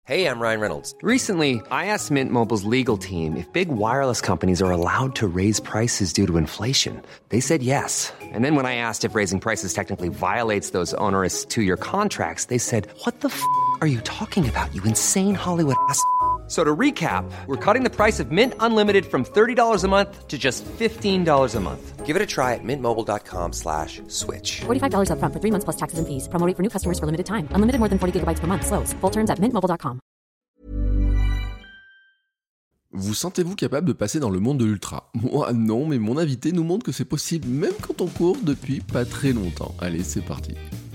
Hey, I'm Ryan Reynolds. Recently, I asked Mint Mobile's legal team if big wireless companies are allowed to raise prices due to inflation. They said yes. And then when I asked if raising prices technically violates those onerous two-year contracts, they said, "What the f*** are you talking about, you insane Hollywood ass?" So to recap, we're cutting the price of Mint Unlimited from $30 a month to just $15 a month. Give it a try at mintmobile.com/switch. $45 up front for 3 months plus taxes and fees. Promo rate for new customers for limited time. Unlimited more than 40 gigabytes per month. Slows full terms at mintmobile.com. Vous sentez-vous capable de passer dans le monde de l'ultra ? Moi non, mais mon invité nous montre que c'est possible même quand on court depuis pas très longtemps. Allez, c'est parti.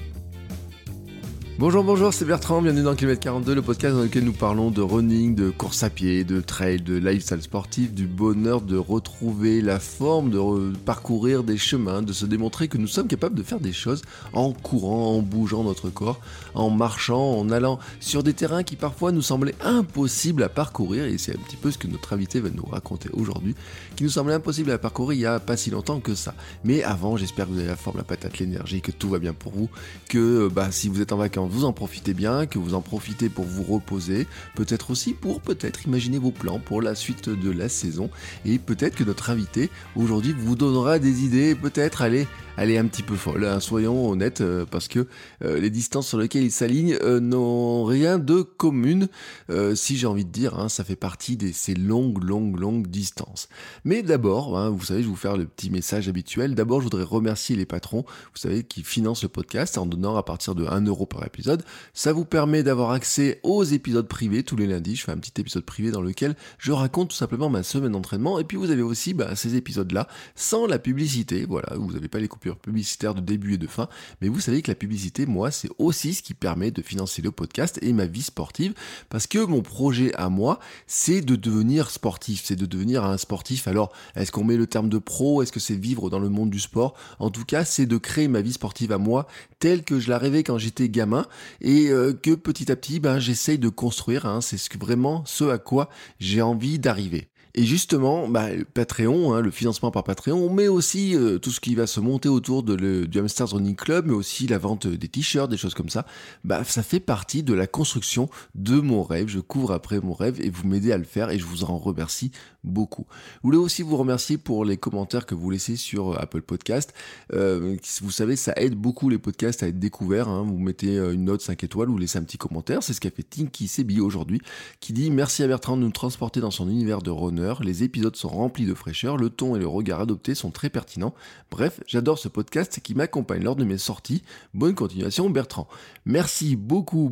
Bonjour, c'est Bertrand, bienvenue dans Kilomètre 42, le podcast dans lequel nous parlons de running, de course à pied, de trail, de lifestyle sportif, du bonheur de retrouver la forme, de parcourir des chemins, de se démontrer que nous sommes capables de faire des choses en courant, en bougeant notre corps, en marchant, en allant sur des terrains qui parfois nous semblaient impossibles à parcourir, et c'est un petit peu ce que notre invité va nous raconter aujourd'hui, qui nous semblait impossible à parcourir il y a pas si longtemps que ça. Mais avant, j'espère que vous avez la forme, la patate, l'énergie, que tout va bien pour vous, que si vous êtes en vacances, vous en profitez bien, que vous en profitez pour vous reposer, peut-être aussi pour imaginer vos plans pour la suite de la saison, et peut-être que notre invité aujourd'hui vous donnera des idées, peut-être aller un petit peu folle, hein, soyons honnêtes, parce que les distances sur lesquelles il s'aligne n'ont rien de commune, si j'ai envie de dire, hein, ça fait partie de ces longues distances. Mais d'abord, hein, vous savez, je vais vous faire le petit message habituel. D'abord, je voudrais remercier les patrons, vous savez, qui financent le podcast en donnant à partir de 1 euro par épisode. Ça vous permet d'avoir accès aux épisodes privés tous les lundis. Je fais un petit épisode privé dans lequel je raconte tout simplement ma semaine d'entraînement. Et puis vous avez aussi ces épisodes-là sans la publicité. Voilà, vous n'avez pas les coupures publicitaires de début et de fin. Mais vous savez que la publicité, moi, c'est aussi ce qui permet de financer le podcast et ma vie sportive. Parce que mon projet à moi, c'est de devenir sportif. C'est de devenir un sportif. Alors, est-ce qu'on met le terme de pro ? Est-ce que c'est vivre dans le monde du sport ? En tout cas, c'est de créer ma vie sportive à moi telle que je la rêvais quand j'étais gamin. Et que petit à petit, j'essaye de construire, hein, c'est vraiment ce à quoi j'ai envie d'arriver. Et justement, Patreon, hein, le financement par Patreon, mais aussi tout ce qui va se monter autour du Hamsters Running Club, mais aussi la vente des t-shirts, des choses comme ça, ça fait partie de la construction de mon rêve. Je cours après mon rêve et vous m'aidez à le faire et je vous en remercie beaucoup. Je voulais aussi vous remercier pour les commentaires que vous laissez sur Apple Podcast. Vous savez, ça aide beaucoup les podcasts à être découverts, hein. Vous mettez une note 5 étoiles, vous laissez un petit commentaire. C'est ce qu'a fait Tinky Sebi aujourd'hui, qui dit « Merci à Bertrand de nous transporter dans son univers de runner. Les épisodes sont remplis de fraîcheur, le ton et le regard adopté sont très pertinents. Bref, j'adore ce podcast qui m'accompagne lors de mes sorties. Bonne continuation, Bertrand. » Merci beaucoup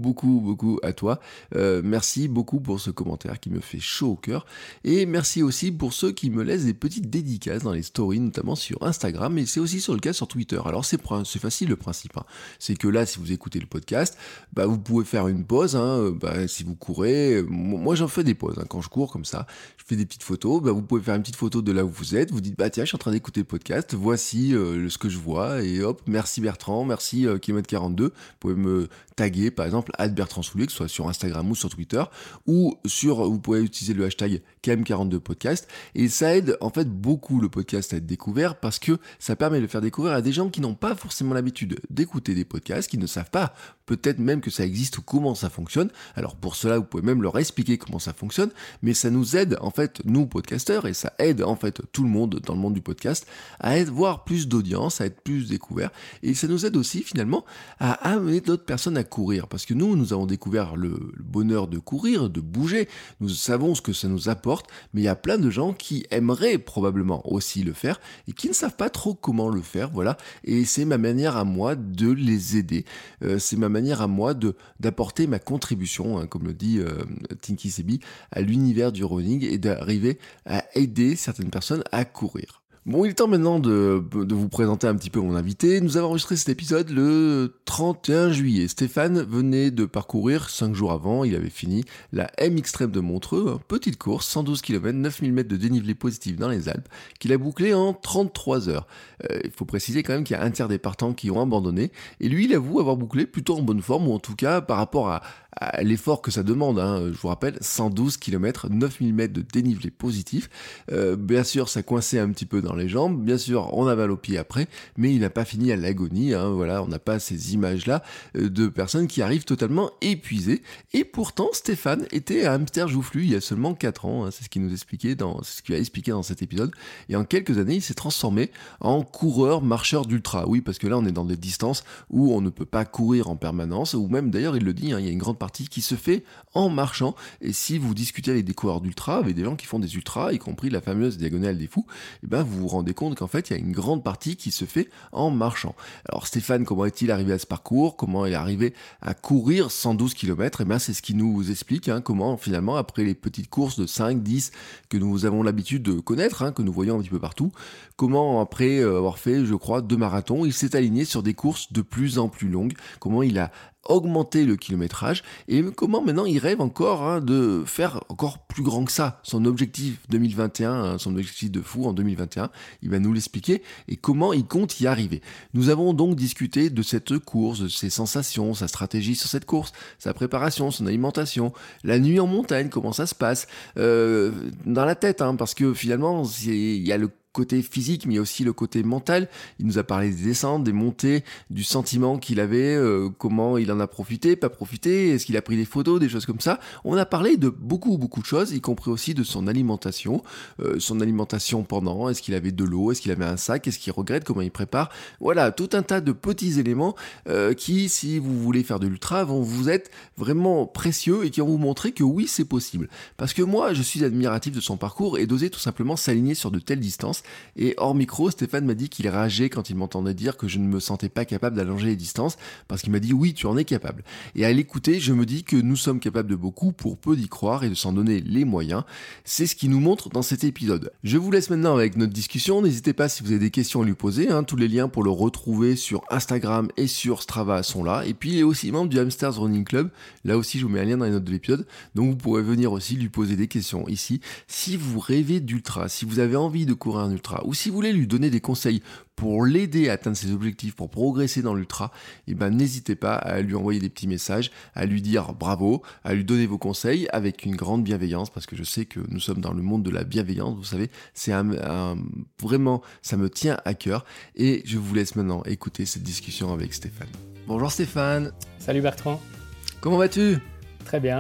à toi. Merci beaucoup pour ce commentaire qui me fait chaud au cœur. Et merci aussi pour ceux qui me laissent des petites dédicaces dans les stories, notamment sur Instagram, mais c'est aussi sur le cas sur Twitter. Alors c'est facile le principe, hein. C'est que là, si vous écoutez le podcast, vous pouvez faire une pause, hein, si vous courez. Moi, j'en fais des pauses, hein, quand je cours comme ça. Je fais des petites photos. Vous pouvez faire une petite photo de là où vous êtes. Vous dites, tiens, je suis en train d'écouter le podcast. Voici ce que je vois. Et hop, merci Bertrand, merci Kilomètre 42. Vous pouvez me taguer, par exemple, @BertrandSoulier, que ce soit sur Instagram ou sur Twitter, ou vous pouvez utiliser le hashtag KM42podcast, et ça aide en fait beaucoup le podcast à être découvert, parce que ça permet de le faire découvrir à des gens qui n'ont pas forcément l'habitude d'écouter des podcasts, qui ne savent pas peut-être même que ça existe ou comment ça fonctionne. Alors pour cela, vous pouvez même leur expliquer comment ça fonctionne, mais ça nous aide en fait, nous podcasteurs, et ça aide en fait tout le monde dans le monde du podcast à voir plus d'audience, à être plus découvert, et ça nous aide aussi finalement à amener d'autres personnes à courir, parce que nous avons découvert le bonheur de courir, de bouger, nous savons ce que ça nous apporte, mais il y a plein de gens qui aimeraient probablement aussi le faire et qui ne savent pas trop comment le faire, voilà, et c'est ma manière à moi de les aider, c'est ma manière à moi d'apporter ma contribution, hein, comme le dit Tinky Sebi, à l'univers du running, et d'arriver à aider certaines personnes à courir. Bon, il est temps maintenant de vous présenter un petit peu mon invité. Nous avons enregistré cet épisode le 31 juillet. Stéphane venait de parcourir 5 jours avant. Il avait fini la M Extrême de Montreux, une petite course, 112 km, 9000 mètres de dénivelé positif dans les Alpes, qu'il a bouclé en 33 heures. Il faut préciser quand même qu'il y a un tiers des partants qui ont abandonné. Et lui, il avoue avoir bouclé plutôt en bonne forme, ou en tout cas par rapport à l'effort que ça demande, hein. Je vous rappelle, 112 km, 9000 mètres de dénivelé positif. Bien sûr, ça coinçait un petit peu dans les jambes. Bien sûr, on avait au pied après, mais il n'a pas fini à l'agonie, hein. Voilà, on n'a pas ces images-là de personnes qui arrivent totalement épuisées. Et pourtant, Stéphane était un hamster joufflu il y a seulement 4 ans. Hein. C'est ce qu'il nous expliquait c'est ce qu'il a expliqué dans cet épisode. Et en quelques années, il s'est transformé en coureur, marcheur d'ultra. Oui, parce que là, on est dans des distances où on ne peut pas courir en permanence, ou même, d'ailleurs, il le dit, hein, il y a une grande partie qui se fait en marchant. Et si vous discutez avec des coureurs d'ultra, avec des gens qui font des ultras, y compris la fameuse diagonale des fous, eh ben, vous vous rendez compte qu'en fait, il y a une grande partie qui se fait en marchant. Alors, Stéphane, comment est-il arrivé à ce parcours? Comment il est arrivé à courir 112 km? Eh ben, c'est ce qui nous explique, hein, comment, finalement, après les petites courses de 5, 10, que nous avons l'habitude de connaître, hein, que nous voyons un petit peu partout, comment, après avoir fait, je crois, 2 marathons, il s'est aligné sur des courses de plus en plus longues, comment il a augmenté le kilométrage, et comment maintenant il rêve encore, hein, de faire encore plus grand que ça. Son objectif 2021, hein, son objectif de fou en 2021, il va nous l'expliquer, et comment il compte y arriver. Nous avons donc discuté de cette course, de ses sensations, sa stratégie sur cette course, sa préparation, son alimentation, la nuit en montagne, comment ça se passe, dans la tête, hein, parce que finalement, il y a le côté physique, mais il y a aussi le côté mental. Il nous a parlé des descentes, des montées, du sentiment qu'il avait, comment il en a profité, pas profité, est-ce qu'il a pris des photos, des choses comme ça. On a parlé de beaucoup de choses, y compris aussi de son alimentation pendant, est-ce qu'il avait de l'eau, est-ce qu'il avait un sac, est-ce qu'il regrette, comment il prépare. Voilà, tout un tas de petits éléments qui, si vous voulez faire de l'ultra, vont vous être vraiment précieux et qui vont vous montrer que oui, c'est possible. Parce que moi, je suis admiratif de son parcours et d'oser tout simplement s'aligner sur de telles distances. Et hors micro, Stéphane m'a dit qu'il rageait quand il m'entendait dire que je ne me sentais pas capable d'allonger les distances, parce qu'il m'a dit oui, tu en es capable. Et à l'écouter, je me dis que nous sommes capables de beaucoup pour peu d'y croire et de s'en donner les moyens. C'est ce qu'il nous montre dans cet épisode. Je vous laisse maintenant avec notre discussion. N'hésitez pas si vous avez des questions à lui poser, hein. Tous les liens pour le retrouver sur Instagram et sur Strava sont là. Et puis il est aussi membre du Hamsters Running Club. Là aussi, je vous mets un lien dans les notes de l'épisode. Donc vous pourrez venir aussi lui poser des questions ici. Si vous rêvez d'ultra, si vous avez envie de courir un ultra, ou si vous voulez lui donner des conseils pour l'aider à atteindre ses objectifs, pour progresser dans l'ultra, eh ben n'hésitez pas à lui envoyer des petits messages, à lui dire bravo, à lui donner vos conseils avec une grande bienveillance, parce que je sais que nous sommes dans le monde de la bienveillance, vous savez, c'est vraiment, ça me tient à cœur, et je vous laisse maintenant écouter cette discussion avec Stéphane. Bonjour Stéphane. Salut Bertrand. Comment vas-tu? Très bien.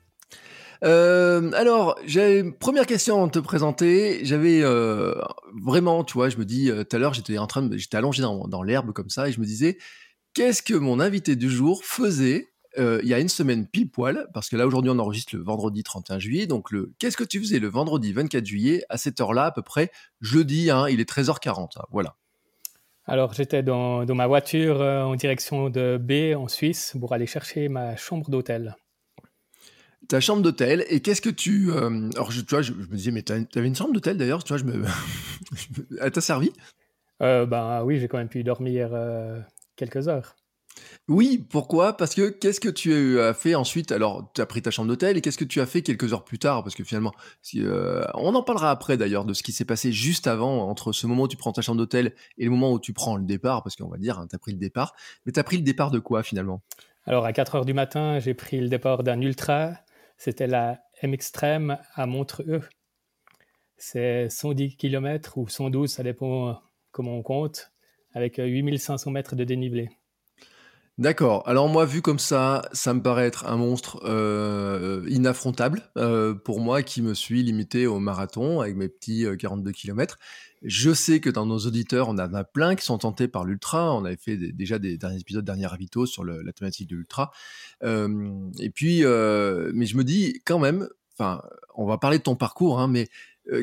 Alors, j'ai une première question avant de te présenter. J'avais vraiment, tu vois, je me dis, tout à l'heure, j'étais allongé dans l'herbe comme ça, et je me disais, qu'est-ce que mon invité du jour faisait il y a une semaine pile poil, parce que là, aujourd'hui, on enregistre le vendredi 31 juillet, donc qu'est-ce que tu faisais le vendredi 24 juillet, à cette heure-là, à peu près, jeudi, hein, il est 13h40, hein, voilà. Alors, j'étais dans ma voiture en direction de B, en Suisse, pour aller chercher ma chambre d'hôtel. Ta chambre d'hôtel, et qu'est-ce que tu... alors, tu vois, je me disais, mais t'avais une chambre d'hôtel, d'ailleurs, tu vois, elle t'a servi? Oui, j'ai quand même pu dormir quelques heures. Oui, pourquoi? Parce que qu'est-ce que tu as fait ensuite? Alors, tu as pris ta chambre d'hôtel, et qu'est-ce que tu as fait quelques heures plus tard? Parce que finalement, on en parlera après d'ailleurs, de ce qui s'est passé juste avant, entre ce moment où tu prends ta chambre d'hôtel et le moment où tu prends le départ, parce qu'on va dire, hein, tu as pris le départ. Mais tu as pris le départ de quoi finalement? Alors, à 4h du matin, j'ai pris le départ d'un ultra. C'était la M-Extrême à Montreux. C'est 110 km ou 112, ça dépend comment on compte, avec 8500 mètres de dénivelé. D'accord. Alors moi, vu comme ça me paraît être un monstre inaffrontable pour moi qui me suis limité au marathon avec mes petits 42 km. Je sais que dans nos auditeurs, on en a plein qui sont tentés par l'ultra. On avait fait déjà des derniers épisodes, derniers ravitaux sur la thématique de l'ultra. Et puis, mais je me dis quand même, enfin, on va parler de ton parcours, hein, mais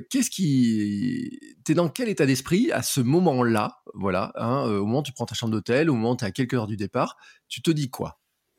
t'es dans quel état d'esprit à ce moment-là, voilà, hein, au moment où tu prends ta chambre d'hôtel, au moment où tu es à quelques heures du départ, tu te dis quoi?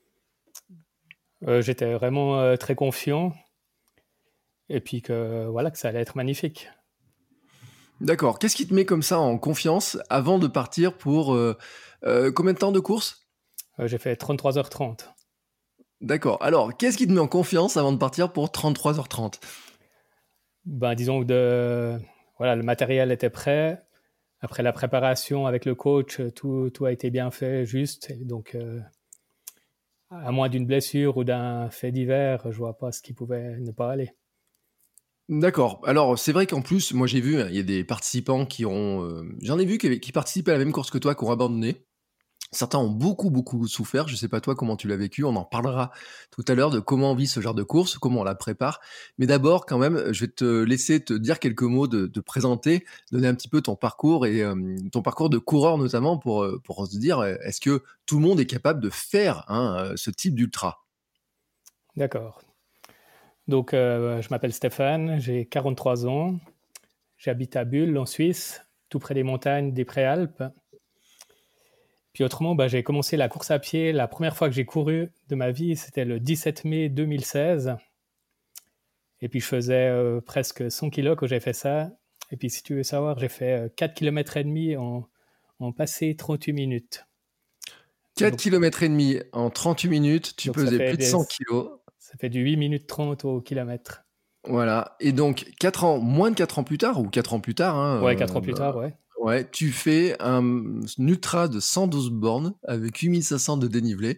J'étais vraiment très confiant, et puis que ça allait être magnifique. D'accord. Qu'est-ce qui te met comme ça en confiance avant de partir pour combien de temps de course? J'ai fait 33h30. D'accord. Alors, qu'est-ce qui te met en confiance avant de partir pour 33h30? Disons que le matériel était prêt. Après la préparation avec le coach, tout a été bien fait, juste. Et donc, à moins d'une blessure ou d'un fait divers, je vois pas ce qui pouvait ne pas aller. D'accord. Alors, c'est vrai qu'en plus, moi j'ai vu, hein, il y a des participants qui ont... j'en ai vu qui participaient à la même course que toi, qui ont abandonné. Certains ont beaucoup, beaucoup souffert. Je sais pas toi comment tu l'as vécu. On en parlera tout à l'heure de comment on vit ce genre de course, comment on la prépare. Mais d'abord, quand même, je vais te laisser te dire quelques mots, de présenter, donner un petit peu ton parcours et ton parcours de coureur notamment pour se dire, est-ce que tout le monde est capable de faire ce type d'ultra? D'accord. Donc, je m'appelle Stéphane, j'ai 43 ans, j'habite à Bulle, en Suisse, tout près des montagnes des Préalpes. Puis autrement, j'ai commencé la course à pied. La première fois que j'ai couru de ma vie, c'était le 17 mai 2016. Et puis je faisais presque 100 kilos quand j'ai fait ça. Et puis si tu veux savoir, j'ai fait 4 km et demi en passé 38 minutes. 4 Donc, km et demi en 38 minutes, tu donc ça pesais fait plus de 100 kilos. Ça fait du 8 minutes 30 au kilomètre. Voilà. Et donc, 4 ans, moins de 4 ans plus tard, ou 4 ans plus tard, Ouais, 4 ans plus tard, ouais. ouais, tu fais un ultra de 112 bornes avec 8500 de dénivelé.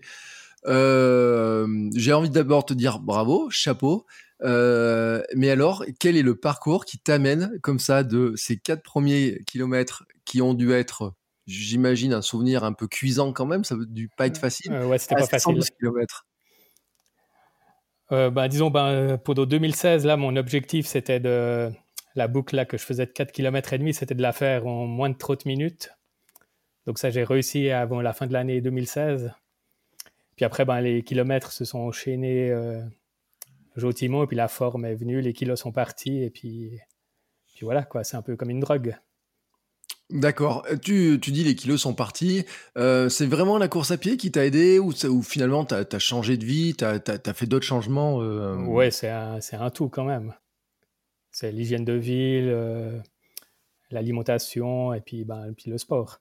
J'ai envie d'abord te dire bravo, chapeau. Mais alors, quel est le parcours qui t'amène comme ça de ces 4 premiers kilomètres qui ont dû être, j'imagine, un souvenir un peu cuisant quand même, ça a dû pas être facile, Ouais, c'était à pas ces facile. 112 kilomètres? Disons, pour 2016, là, mon objectif, c'était la boucle là, que je faisais de 4 km et demi, c'était de la faire en moins de 30 minutes. Donc ça, j'ai réussi avant la fin de l'année 2016. Puis après, les kilomètres se sont enchaînés gentiment, et puis la forme est venue, les kilos sont partis, et puis voilà, quoi, c'est un peu comme une drogue. D'accord. Tu dis les kilos sont partis. C'est vraiment la course à pied qui t'a aidé ou finalement t'as changé de vie, t'as fait d'autres changements Ouais, c'est un tout quand même. C'est l'hygiène de vie, l'alimentation, et puis le sport.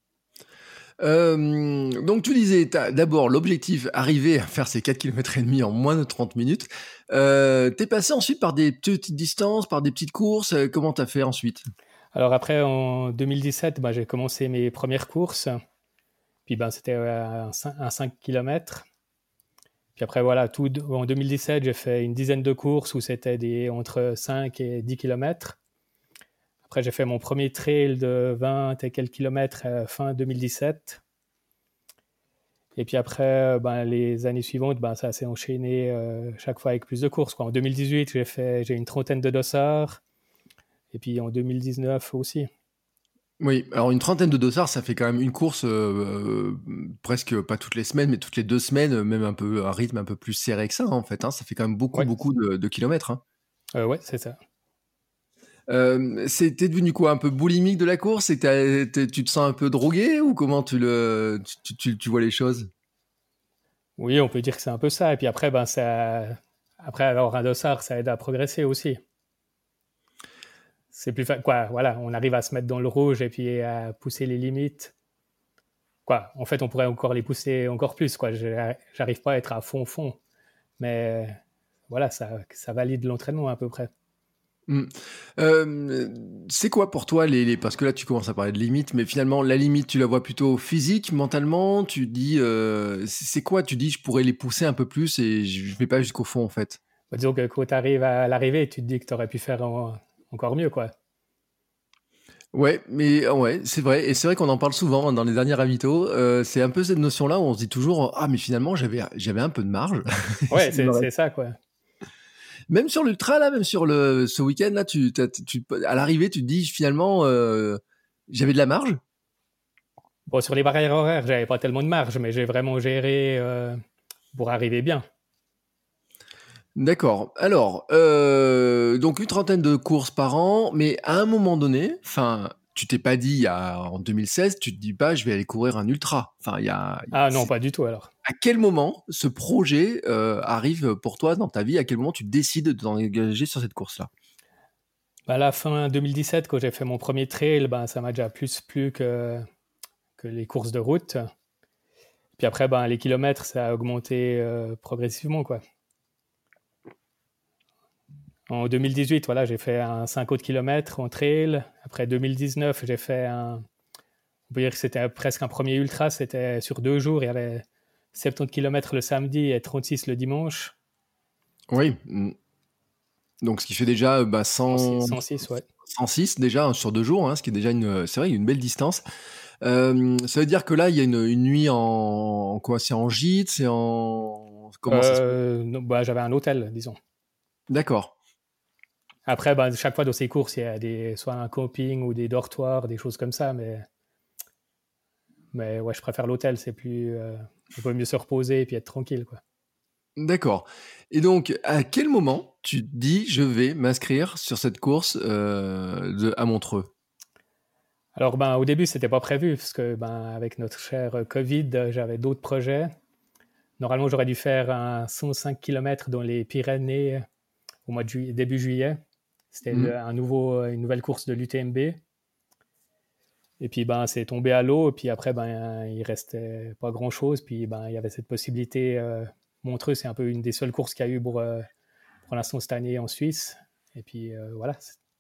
Donc tu disais, t'as d'abord l'objectif, arriver à faire ces 4 km et demi en moins de 30 minutes. T'es passé ensuite par des petites distances, par des petites courses. Comment t'as fait ensuite? Alors après, en 2017, j'ai commencé mes premières courses. Puis c'était un 5 km. Puis après, voilà, en 2017, j'ai fait une dizaine de courses où c'était entre 5 et 10 km. Après, j'ai fait mon premier trail de 20 et quelques kilomètres fin 2017. Et puis après, les années suivantes, ça s'est enchaîné chaque fois avec plus de courses, quoi. En 2018, j'ai une trentaine de dossards. Et puis en 2019 aussi. Oui, alors une trentaine de dossards, ça fait quand même une course presque pas toutes les semaines, mais toutes les 2 semaines, même un rythme un peu plus serré que ça, en fait. Ça fait quand même beaucoup, Ouais. beaucoup de kilomètres. Ouais, c'est ça. T'es devenu quoi, un peu boulimique de la course et tu te sens un peu drogué ou comment tu vois les choses? Oui, on peut dire que c'est un peu ça. Et puis après, après avoir un dossard, ça aide à progresser aussi. C'est plus quoi, voilà, on arrive à se mettre dans le rouge et puis à pousser les limites. Quoi, en fait, on pourrait encore les pousser encore plus. Quoi, j'arrive pas à être à fond, mais voilà, ça valide l'entraînement à peu près. Mmh. C'est quoi pour toi parce que là tu commences à parler de limites, mais finalement la limite tu la vois plutôt physique, mentalement, tu dis c'est quoi? Tu dis je pourrais les pousser un peu plus et je vais pas jusqu'au fond en fait? Disons que quand tu arrives à l'arrivée, tu te dis que tu aurais pu faire encore mieux, quoi. Ouais, mais ouais, c'est vrai et c'est vrai qu'on en parle souvent dans les derniers ravitaux, c'est un peu cette notion-là où on se dit toujours: «Ah mais finalement j'avais un peu de marge». Ouais, c'est ça, quoi. Même sur l'ultra là, même sur ce week-end là, à l'arrivée tu te dis finalement j'avais de la marge? Bon, sur les barrières horaires, j'avais pas tellement de marge, mais j'ai vraiment géré pour arriver bien. D'accord. Alors, donc une trentaine de courses par an, mais à un moment donné, enfin, tu t'es pas dit en 2016, tu te dis pas: «Je vais aller courir un ultra». Enfin, Ah non, pas du tout alors. à quel moment ce projet, arrive pour toi dans ta vie? À quel moment tu décides de t'engager sur cette course-là? La fin 2017, quand j'ai fait mon premier trail, ça m'a déjà plus plu que les courses de route. Puis après, les kilomètres, ça a augmenté progressivement, quoi. En 2018, voilà, j'ai fait un 50 km en trail. Après 2019, j'ai fait on peut dire que c'était presque un premier ultra. C'était sur 2 jours. Il y avait 70 km le samedi et 36 le dimanche. Oui. Donc, ce qui fait déjà 106, ouais. 106 déjà hein, sur 2 jours, hein, ce qui est déjà c'est vrai, une belle distance. Ça veut dire que là, il y a une nuit en quoi? C'est en gîte? C'est en... Comment ça se passe? Non, j'avais un hôtel, disons. D'accord. Après, chaque fois dans ces courses, il y a soit un camping ou des dortoirs, des choses comme ça, mais ouais, je préfère l'hôtel, c'est plus... on peut mieux se reposer et puis être tranquille, quoi. D'accord. Et donc, à quel moment tu te dis, je vais m'inscrire sur cette course à Montreux? Alors, au début, c'était pas prévu, parce que avec notre cher Covid, j'avais d'autres projets. Normalement, j'aurais dû faire un 105 km dans les Pyrénées au mois de début juillet. C'était une nouvelle course de l'UTMB. Et puis, c'est tombé à l'eau. Et puis après, il restait pas grand-chose. Puis, il y avait cette possibilité. Montreux, c'est un peu une des seules courses qu'il y a eu pour l'instant cette année en Suisse. Et puis, voilà.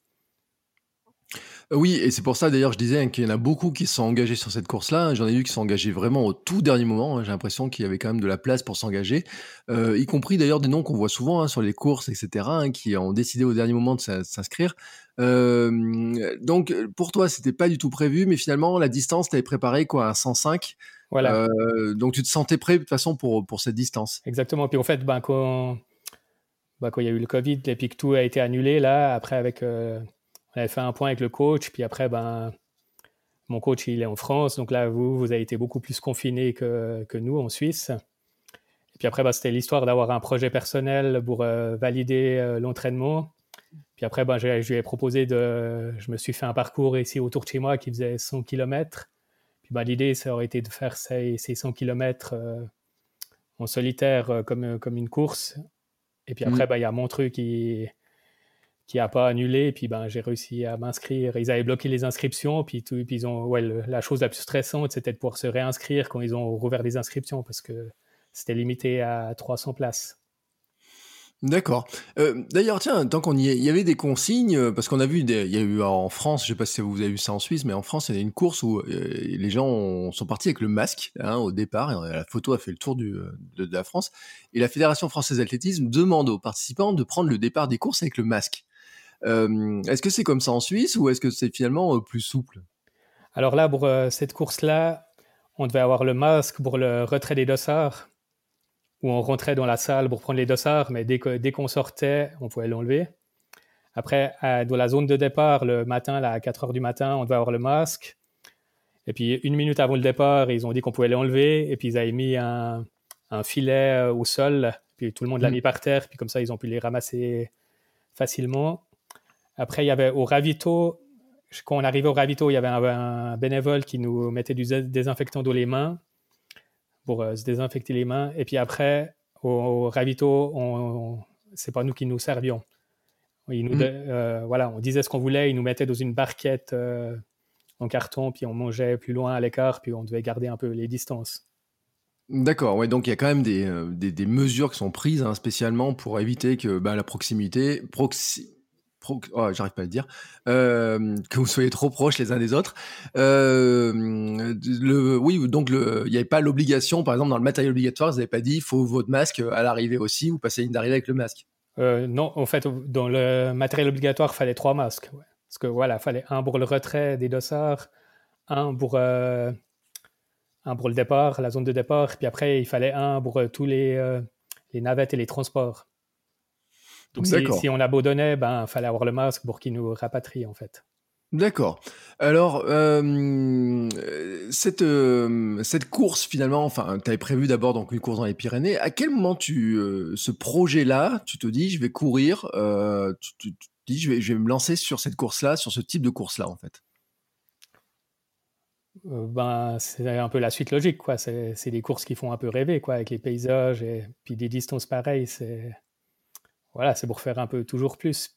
Oui, et c'est pour ça d'ailleurs je disais hein, qu'il y en a beaucoup qui se sont engagés sur cette course-là. J'en ai vu qui se sont engagés vraiment au tout dernier moment, hein. J'ai l'impression qu'il y avait quand même de la place pour s'engager, y compris d'ailleurs des noms qu'on voit souvent hein, sur les courses, etc., hein, qui ont décidé au dernier moment de s'inscrire. Donc pour toi, c'était pas du tout prévu, mais finalement la distance, t'avais préparé quoi, un 105. Voilà. Donc tu te sentais prêt de toute façon pour cette distance. Exactement. Puis en fait, quand il y a eu le Covid et puis que tout a été annulé, là, après on avait fait un point avec le coach, puis après, mon coach, il est en France, donc là, vous avez été beaucoup plus confinés que nous en Suisse. Et puis après, c'était l'histoire d'avoir un projet personnel pour valider l'entraînement. Puis après, je lui ai proposé je me suis fait un parcours ici autour de chez moi qui faisait 100 km. Puis l'idée, ça aurait été de faire ces 100 km en solitaire comme une course. Et puis après, il y a Montreux qui n'a pas annulé, et puis j'ai réussi à m'inscrire. Ils avaient bloqué les inscriptions, puis ils ont, la chose la plus stressante, c'était de pouvoir se réinscrire quand ils ont rouvert les inscriptions, parce que c'était limité à 300 places. D'accord. D'ailleurs, tiens, tant qu'on y est, il y avait des consignes, parce qu'on a vu, il y a eu en France, je sais pas si vous avez vu ça en Suisse, mais en France, il y a une course où les gens sont partis avec le masque hein, au départ, et la photo a fait le tour de la France, et la Fédération française d'athlétisme demande aux participants de prendre le départ des courses avec le masque. Est-ce que c'est comme ça en Suisse, ou est-ce que c'est finalement plus souple? Alors là, pour cette course-là, on devait avoir le masque pour le retrait des dossards, où on rentrait dans la salle pour prendre les dossards, mais dès qu'on sortait, on pouvait l'enlever. Après, dans la zone de départ, le matin, là, à 4 heures du matin, on devait avoir le masque. Et puis, 1 minute avant le départ, ils ont dit qu'on pouvait l'enlever. Et puis, ils avaient mis un filet au sol. Puis, tout le monde l'a mis par terre. Puis, comme ça, ils ont pu les ramasser facilement. Après, il y avait au ravito, quand on arrivait au ravito, il y avait un bénévole qui nous mettait du désinfectant dans les mains pour se désinfecter les mains. Et puis après, au ravito, c'est pas nous qui nous servions. On disait ce qu'on voulait, ils nous mettaient dans une barquette en carton, puis on mangeait plus loin à l'écart, puis on devait garder un peu les distances. D'accord, ouais, donc il y a quand même des mesures qui sont prises hein, spécialement pour éviter que la proximité... j'arrive pas à le dire, que vous soyez trop proches les uns des autres. Oui, donc il n'y avait pas l'obligation, par exemple dans le matériel obligatoire, vous n'avez pas dit il faut votre masque à l'arrivée aussi, vous passez la ligne d'arrivée avec le masque. Non, en fait, dans le matériel obligatoire, il fallait 3 masques. Ouais. Parce que il fallait un pour le retrait des dossards, un pour le départ, la zone de départ, puis après, il fallait un pour tous les navettes et les transports. Donc, si on abandonnait, il fallait avoir le masque pour qu'il nous rapatrie, en fait. D'accord. Alors, cette course, finalement, enfin, tu avais prévu d'abord donc une course dans les Pyrénées. À quel moment ce projet-là, tu te dis, je vais courir, tu te dis, je vais me lancer sur cette course-là, sur ce type de course-là, en fait? C'est un peu la suite logique, quoi. C'est des courses qui font un peu rêver, quoi, avec les paysages et puis des distances pareilles. C'est pour faire un peu toujours plus.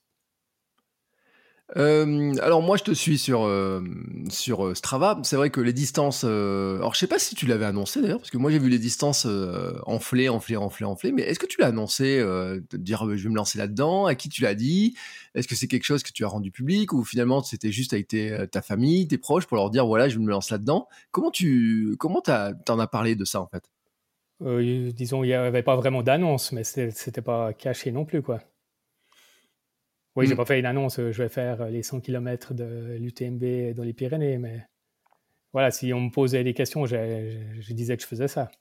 Alors moi je te suis sur Strava. C'est vrai que les distances, alors je sais pas si tu l'avais annoncé d'ailleurs, parce que moi j'ai vu les distances enfler, mais est-ce que tu l'as annoncé, de dire je vais me lancer là-dedans? À qui tu l'as dit? Est-ce que c'est quelque chose que tu as rendu public, ou finalement c'était juste avec ta famille, tes proches, pour leur dire voilà je me lance là-dedans? Comment t'en as parlé de ça en fait? Disons, il n'y avait pas vraiment d'annonce, mais c'était pas caché non plus, quoi. Oui, j'ai pas fait une annonce, je vais faire les 100 km de l'UTMB dans les Pyrénées, mais voilà, si on me posait des questions, je disais que je faisais ça.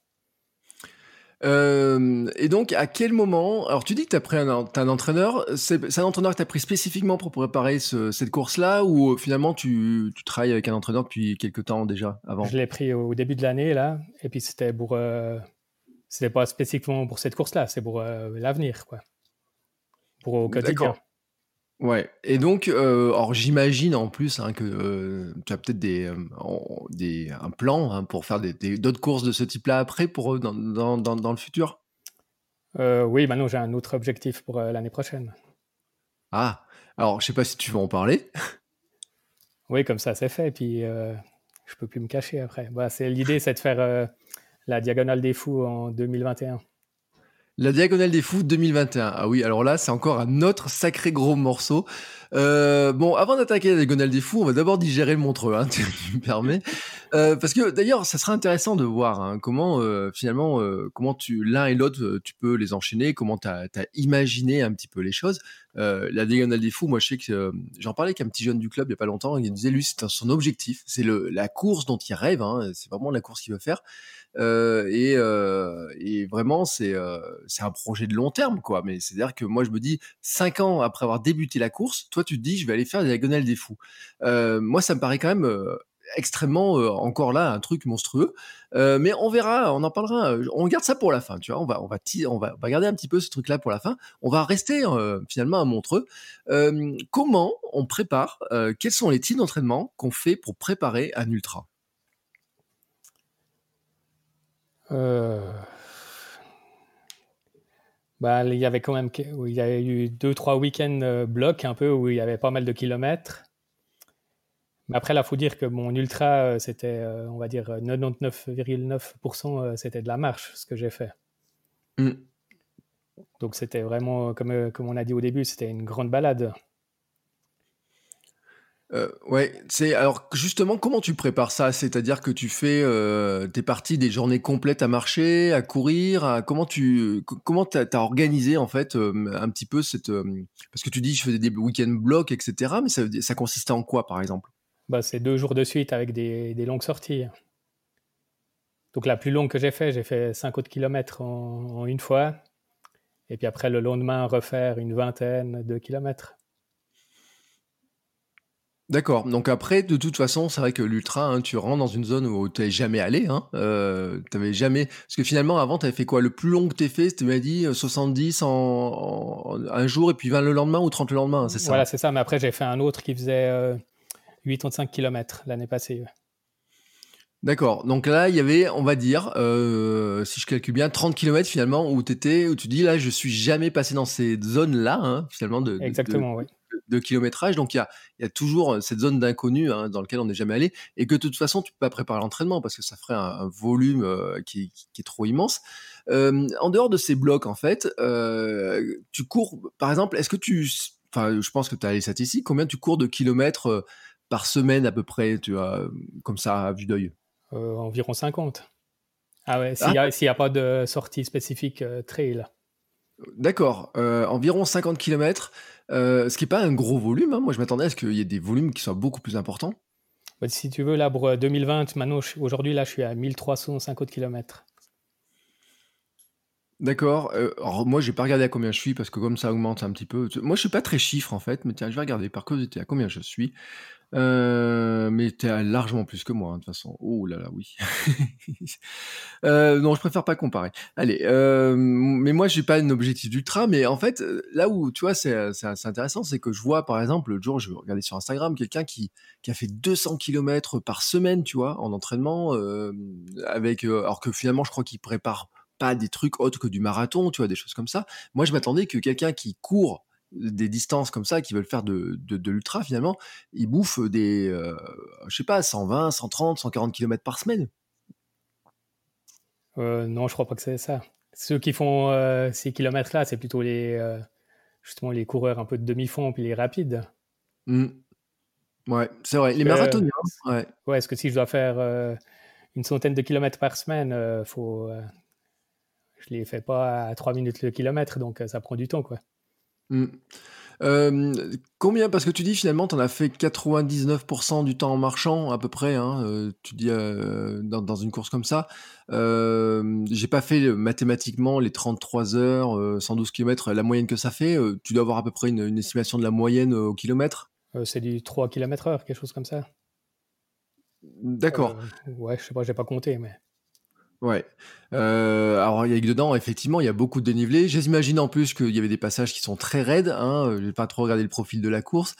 Et donc, à quel moment... Alors, tu dis que t'as un entraîneur. C'est un entraîneur que t'as pris spécifiquement pour préparer cette course-là ou finalement tu travailles avec un entraîneur depuis quelques temps déjà, avant? Je l'ai pris au début de l'année, là, et puis c'était pas spécifiquement pour cette course-là, c'est pour l'avenir, quoi. Pour au quotidien. D'accord. Ouais. Et donc, alors j'imagine en plus hein, que tu as peut-être un plan hein, pour faire d'autres courses de ce type-là après pour dans le futur. Oui, maintenant j'ai un autre objectif pour l'année prochaine. Ah, alors je sais pas si tu veux en parler. Oui, comme ça c'est fait, puis je peux plus me cacher après. Bah, l'idée, c'est de faire la Diagonale des Fous en 2021. La Diagonale des Fous 2021. Ah oui, alors là, c'est encore un autre sacré gros morceau. Bon, avant d'attaquer la Diagonale des Fous, on va d'abord digérer le Montreux, hein, tu me permets. Parce que d'ailleurs, ça serait intéressant de voir hein, comment finalement, comment l'un et l'autre, tu peux les enchaîner, comment t'as imaginé un petit peu les choses. La Diagonale des Fous, moi, je sais que j'en parlais avec un petit jeune du club il y a pas longtemps. Il disait lui, c'est son objectif, c'est la course dont il rêve. Hein, c'est vraiment la course qu'il veut faire. Et vraiment, c'est un projet de long terme, quoi. Mais c'est-à-dire que moi, je me dis, 5 ans après avoir débuté la course, toi, tu te dis, je vais aller faire la Diagonale des Fous. Moi, ça me paraît quand même extrêmement, encore là, un truc monstrueux. Mais on verra, on en parlera. On garde ça pour la fin, tu vois. On va garder un petit peu ce truc-là pour la fin. On va rester finalement à Montreux. Comment on prépare quels sont les types d'entraînement qu'on fait pour préparer un ultra? Bah, il y avait quand même, il y a eu 2-3 week-ends blocs un peu où il y avait pas mal de kilomètres. Mais après, là, faut dire que mon ultra, c'était, on va dire, 99,9%, c'était de la marche, ce que j'ai fait. Mm. Donc c'était vraiment, comme on a dit au début, c'était une grande balade. Ouais, alors justement comment tu prépares ça? C'est-à-dire que tu fais t'es parti des journées complètes à marcher, à courir, comment t'as organisé en fait un petit peu parce que tu dis je faisais des week-end blocs etc. Mais ça consistait en quoi par exemple? Bah, c'est 2 jours de suite avec des longues sorties. Donc la plus longue que j'ai fait 50 km en une fois. Et puis après, le lendemain, refaire une vingtaine de kilomètres. D'accord. Donc après, de toute façon, c'est vrai que l'ultra, hein, tu rentres dans une zone où tu n'es jamais allé. Hein, t'avais jamais. Parce que finalement, avant, tu avais fait quoi? Le plus long que tu fait, tu m'as dit 70 un jour et puis 20 le lendemain ou 30 le lendemain, c'est ça? Voilà, c'est ça. Mais après, j'ai fait un autre qui faisait 85 km l'année passée. D'accord. Donc là, il y avait, on va dire, si je calcule bien, 30 kilomètres finalement où tu dis là, je suis jamais passé dans ces zones-là, hein, finalement, Exactement, oui. de kilométrage. Donc il y a toujours cette zone d'inconnu hein, dans lequel on n'est jamais allé et que de toute façon, tu peux pas préparer l'entraînement parce que ça ferait un volume qui est trop immense. En dehors de ces blocs, en fait, tu cours, par exemple, enfin, je pense que tu as les statistiques, combien tu cours de kilomètres par semaine à peu près, tu vois, comme ça, à vue d'œil? Environ 50. Ah ouais, Ah, s'il n'y a pas de sortie spécifique trail. d'accord, environ 50 kilomètres, ce qui est pas un gros volume, hein. Moi, je m'attendais à ce qu'il y ait des volumes qui soient beaucoup plus importants. Bah, si tu veux, là, pour 2020, maintenant, aujourd'hui, là, je suis à 1350 km. D'accord, alors moi, j'ai pas regardé à combien je suis parce que comme ça augmente un petit peu. Moi, je suis pas très chiffre, en fait, mais tiens, je vais regarder par curiosité à combien je suis. Mais tu es largement plus que moi, hein, de toute façon. Oh là là, oui. Non, je préfère pas comparer. Allez, mais moi, j'ai pas un objectif d'ultra, mais en fait, là où, tu vois, c'est intéressant, c'est que je vois, par exemple, l'autre jour, je regardais sur Instagram quelqu'un qui a fait 200 kilomètres par semaine, tu vois, en entraînement, alors que finalement, je crois qu'il prépare pas des trucs autres que du marathon, tu vois, des choses comme ça. Moi, je m'attendais que quelqu'un qui court des distances comme ça, qui veulent faire de l'ultra, finalement, il bouffe je sais pas, 120, 130, 140 kilomètres par semaine. Non, je crois pas que c'est ça. Ceux qui font ces kilomètres-là, c'est plutôt justement les coureurs un peu de demi-fond puis les rapides. Mmh. Ouais, c'est vrai. Parce Les que, marathoniens, ouais. ouais, parce que si je dois faire une centaine de kilomètres par semaine, faut Je ne les fais pas à 3 minutes le kilomètre, donc ça prend du temps, quoi. Mm. Combien, parce que tu dis finalement tu en as fait 99% du temps en marchant à peu près, hein, tu dis dans une course comme ça. J'ai pas fait mathématiquement les 33 heures, 112 km, la moyenne que ça fait. Tu dois avoir à peu près une estimation de la moyenne au kilomètre. C'est du 3 km/h, quelque chose comme ça. D'accord. Ouais, je sais pas, j'ai pas compté, mais Ouais. Alors, il y a que dedans, effectivement, il y a beaucoup de dénivelé. J'imagine en plus qu'il y avait des passages qui sont très raides. Hein. J'ai pas trop regardé le profil de la course.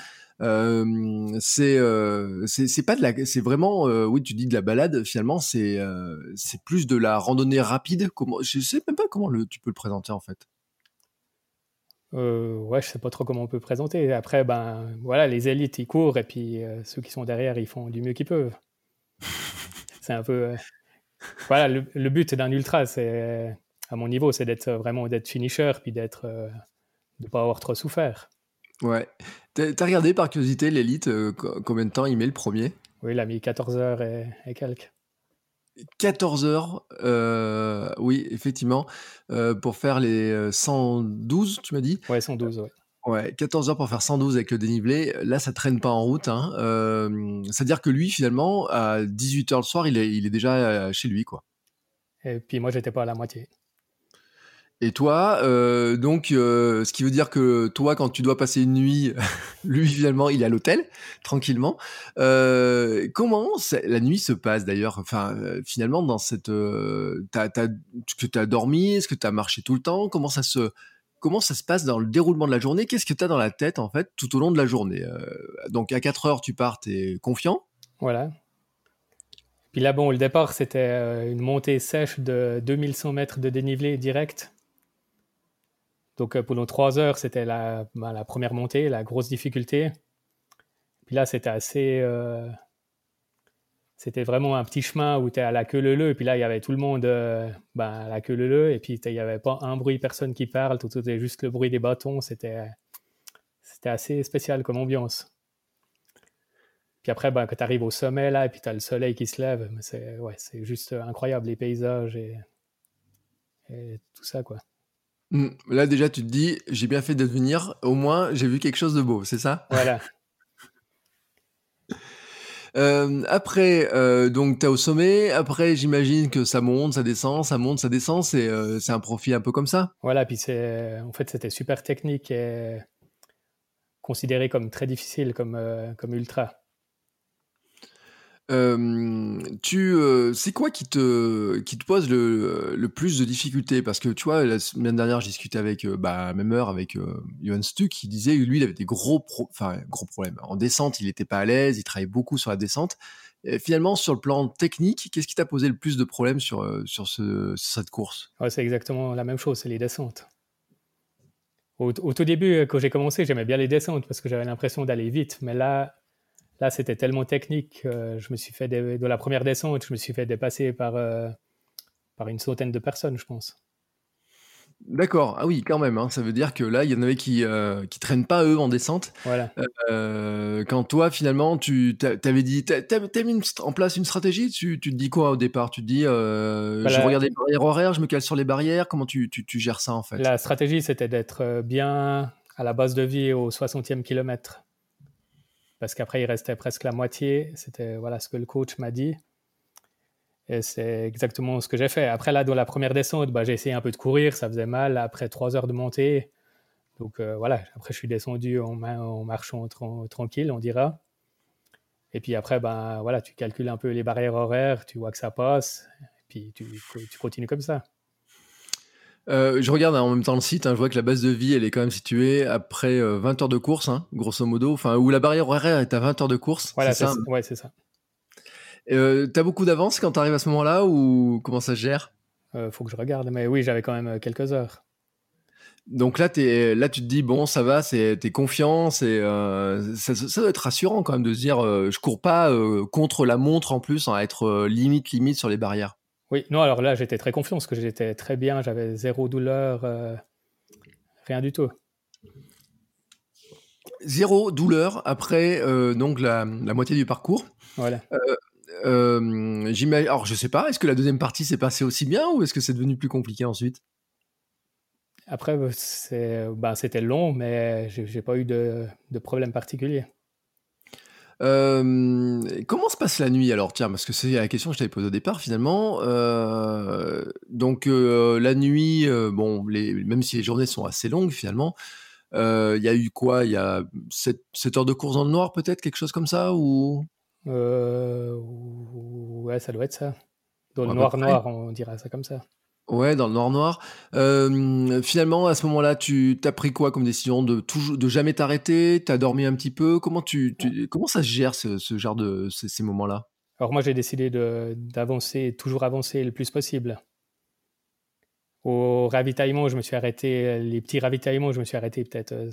C'est pas de la, c'est vraiment, oui, tu dis de la balade. Finalement, c'est plus de la randonnée rapide. Comment, je sais même pas comment tu peux le présenter en fait. ouais, je sais pas trop comment on peut présenter. Après, ben voilà, les élites ils courent et puis ceux qui sont derrière ils font du mieux qu'ils peuvent. C'est un peu voilà, le but d'un ultra, c'est à mon niveau, c'est d'être finisher puis de pas avoir trop souffert. Ouais. T'as regardé par curiosité l'élite, combien de temps il met le premier? Oui, il a mis 14 heures et quelques. 14 heures, oui, effectivement, pour faire les 112, tu m'as dit? Ouais, 112, ouais. Ouais, 14 heures pour faire 112 avec le dénivelé. Là, ça traîne pas en route, hein. C'est-à-dire que lui, finalement, à 18 heures le soir, il est déjà chez lui, quoi. Et puis moi, j'étais pas à la moitié. Et toi, donc, ce qui veut dire que toi, quand tu dois passer une nuit, lui, finalement, il est à l'hôtel, tranquillement. Comment la nuit se passe d'ailleurs? Enfin, finalement, dans cette, est-ce que t'as dormi? Est-ce que t'as marché tout le temps? Comment ça se passe dans le déroulement de la journée? Qu'est-ce que t'as dans la tête, en fait, tout au long de la journée? Donc, à 4 heures, tu pars, t'es confiant? Voilà. Puis là, bon, le départ, c'était une montée sèche de 2100 mètres de dénivelé direct. Donc pendant 3 heures, c'était la première montée, la grosse difficulté. Puis là, c'était vraiment un petit chemin où tu es à la queue leu-leu. Et puis là, il y avait tout le monde à la queue leu-leu. Et puis il n'y avait pas un bruit, personne qui parle. Tout était juste le bruit des bâtons. C'était assez spécial comme ambiance. Puis après, quand tu arrives au sommet, là, et puis tu as le soleil qui se lève, c'est juste incroyable, les paysages et tout ça, quoi. Là, déjà, tu te dis, j'ai bien fait de venir. Au moins, j'ai vu quelque chose de beau, c'est ça? Voilà. Après, donc t'es au sommet. Après, j'imagine que ça monte, ça descend, ça monte, ça descend. C'est un profil un peu comme ça. Voilà, puis en fait, c'était super technique et considéré comme très difficile comme ultra. C'est quoi qui te pose le plus de difficultés? Parce que tu vois, la semaine dernière, j'ai discuté avec, à même heure avec Johan Stuck, qui disait que lui, il avait des gros problèmes. En descente, il était pas à l'aise, il travaillait beaucoup sur la descente. Et finalement, sur le plan technique, qu'est-ce qui t'a posé le plus de problèmes sur cette course? Ouais, c'est exactement la même chose, c'est les descentes. Au tout début, quand j'ai commencé, j'aimais bien les descentes parce que j'avais l'impression d'aller vite. Mais là, c'était tellement technique. Je me suis fait de la première descente, je me suis fait dépasser par une centaine de personnes, je pense. D'accord, ah oui, quand même, hein. Ça veut dire que là, il y en avait qui traînent pas eux en descente. Voilà. Quand toi, finalement, t'avais dit, t'as mis en place une stratégie. Tu te dis quoi au départ? Tu te dis, je regarde les barrières horaires, je me cale sur les barrières. Comment tu gères ça en fait? La stratégie, c'était d'être bien à la base de vie au 60e kilomètre. Parce qu'après, il restait presque la moitié. C'était ce que le coach m'a dit. Et c'est exactement ce que j'ai fait. Après, là, dans la première descente, j'ai essayé un peu de courir. Ça faisait mal après 3 heures de montée. Donc, Après, je suis descendu en marchant tranquille, on dira. Et puis après, tu calcules un peu les barrières horaires. Tu vois que ça passe. Et puis, tu continues comme ça. Je regarde en même temps le site, hein, je vois que la base de vie, elle est quand même située après 20 heures de course, hein, grosso modo, enfin, où la barrière horaire est à 20 heures de course. Voilà, c'est ça? Ouais, c'est ça. T'as beaucoup d'avance quand t'arrives à ce moment-là, ou comment ça se gère? Faut que je regarde, mais oui, j'avais quand même quelques heures. Donc là, tu te dis, bon, ça va, t'es confiant, ça doit être rassurant quand même de se dire, je cours pas contre la montre en plus, à être limite sur les barrières. Oui, non, alors là, j'étais très confiant parce que j'étais très bien, j'avais zéro douleur, rien du tout. Zéro douleur après donc la moitié du parcours. Voilà. Alors, je sais pas, est-ce que la deuxième partie s'est passée aussi bien ou est-ce que c'est devenu plus compliqué ensuite? Après, c'était long, mais j'ai pas eu de problème particulier. Comment se passe la nuit alors? Tiens, parce que c'est la question que je t'avais posée au départ finalement. Donc, la nuit, bon, même si les journées sont assez longues finalement, il y a eu quoi? Il y a 7 heures de course dans le noir peut-être, quelque chose comme ça ou? Ouais, ça doit être ça. Dans le À peu noir près? noir, on dira ça comme ça. Ouais, dans le noir noir. Finalement, à ce moment-là, tu as pris quoi comme décision? De jamais t'arrêter? Tu as dormi un petit peu? Comment ça se gère ce genre de ces moments-là? Alors moi, j'ai décidé d'avancer, toujours avancer le plus possible. Au ravitaillement, je me suis arrêté, les petits ravitaillements, je me suis arrêté peut-être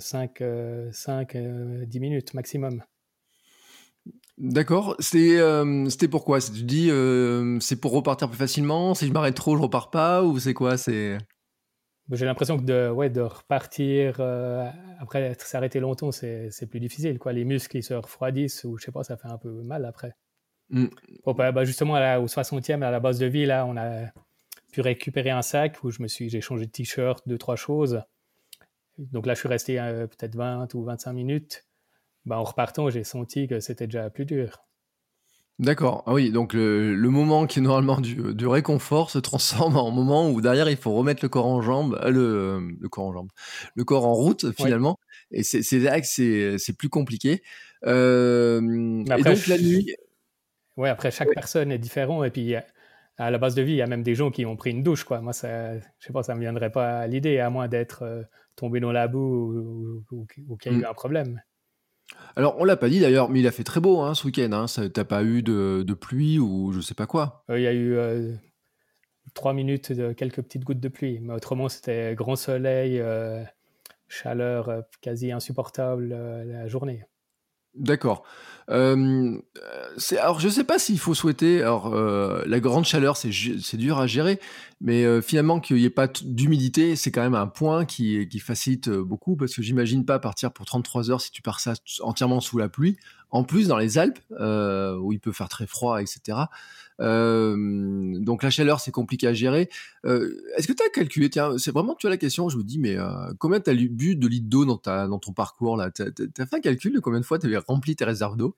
10 minutes maximum. D'accord. C'était pourquoi? Tu te dis, c'est pour repartir plus facilement? Si je m'arrête trop, je repars pas? Ou c'est quoi? J'ai l'impression que de repartir après s'arrêter longtemps, c'est plus difficile, quoi. Les muscles, ils se refroidissent ou je sais pas, ça fait un peu mal après. Mmh. Justement, au 60e, à la base de vie, là, on a pu récupérer un sac où j'ai changé de t-shirt, 2-3 choses. Donc là, je suis resté peut-être 20 ou 25 minutes. En repartant, j'ai senti que c'était déjà plus dur. D'accord. Ah oui, donc le moment qui est normalement du réconfort se transforme en moment où derrière il faut remettre le corps en jambes, le corps en jambes, le corps en route Oui. finalement et c'est là que c'est plus compliqué. Mais Et après, donc la nuit après, chaque ouais. personne est différente. Et puis, à la base de vie, il y a même des gens qui ont pris une douche, quoi. Moi, je sais pas, ça me viendrait pas à l'idée, à moins d'être tombé dans la boue ou qu'il y a eu Mmh. un problème. Alors on l'a pas dit d'ailleurs, mais il a fait très beau, hein, ce week-end, hein. Tu pas eu de pluie ou je sais pas quoi? Il y a eu 3 minutes de quelques petites gouttes de pluie. Mais autrement, c'était grand soleil, chaleur quasi insupportable la journée. D'accord. Alors je sais pas s'il faut souhaiter alors, la grande chaleur, c'est dur à gérer, mais finalement qu'il y ait pas d'humidité, c'est quand même un point qui facilite, beaucoup parce que j'imagine pas partir pour 33 heures si tu pars ça entièrement sous la pluie. En plus dans les Alpes, où il peut faire très froid et cetera. Donc la chaleur, c'est compliqué à gérer. Est-ce que tu as calculé, tiens, c'est vraiment, tu vois, la question, je me dis, mais combien tu as bu de litres d'eau dans ton parcours là? Tu as fait un calcul de combien de fois tu avais rempli tes réserves d'eau?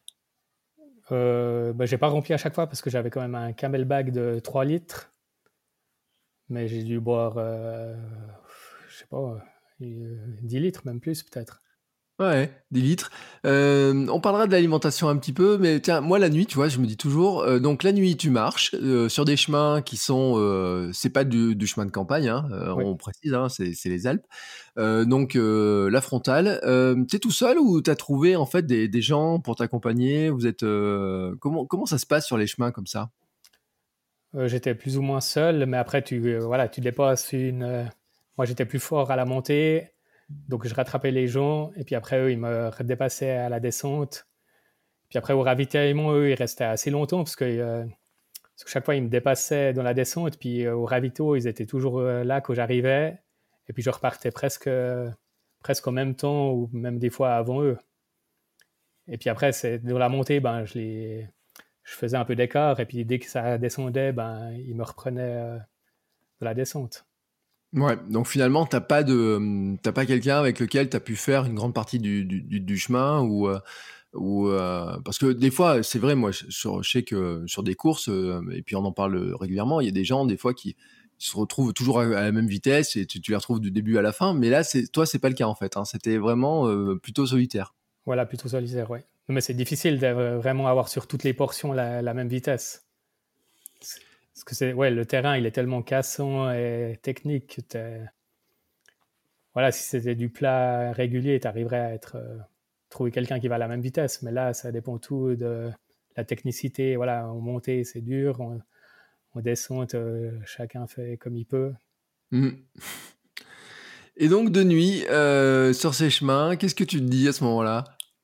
J'ai pas rempli à chaque fois parce que j'avais quand même un camelback de 3 litres. Mais j'ai dû boire, je sais pas, 10 litres, même plus peut-être. Ouais, des litres. On parlera de l'alimentation un petit peu, mais tiens, moi la nuit, tu vois, je me dis toujours, donc la nuit tu marches, sur des chemins qui sont, c'est pas du chemin de campagne, hein, Oui. on précise, hein, c'est les Alpes. Donc la frontale, tu es tout seul ou tu as trouvé en fait des gens pour t'accompagner? Vous êtes, comment ça se passe sur les chemins comme ça? J'étais plus ou moins seul, mais après voilà, tu dépasses moi j'étais plus fort à la montée, donc je rattrapais les gens et puis après eux, ils me dépassaient à la descente. Puis après au ravitaillement, eux, ils restaient assez longtemps parce que chaque fois, ils me dépassaient dans la descente, puis au ravito, ils étaient toujours là quand j'arrivais et puis je repartais presque en même temps ou même des fois avant eux. Et puis après, c'est dans la montée, je faisais un peu d'écart, et puis dès que ça descendait, ils me reprenaient de la descente. Ouais, donc finalement, tu pas quelqu'un avec lequel tu as pu faire une grande partie du chemin parce que des fois, c'est vrai, moi, je sais que sur des courses, et puis on en parle régulièrement, il y a des gens, des fois, qui se retrouvent toujours à la même vitesse et tu les retrouves du début à la fin. Mais là, toi, c'est pas le cas, en fait, hein. C'était vraiment plutôt solitaire. Voilà, plutôt solitaire, oui. Mais c'est difficile de vraiment avoir sur toutes les portions la même vitesse. Parce que ouais, le terrain, il est tellement cassant et technique que voilà, si c'était du plat régulier, tu arriverais à trouver quelqu'un qui va à la même vitesse. Mais là, ça dépend tout de la technicité. Voilà, en montée, c'est dur. En descente, chacun fait comme il peut. Mmh. Et donc de nuit, sur ces chemins, qu'est-ce que tu te dis à ce moment-là?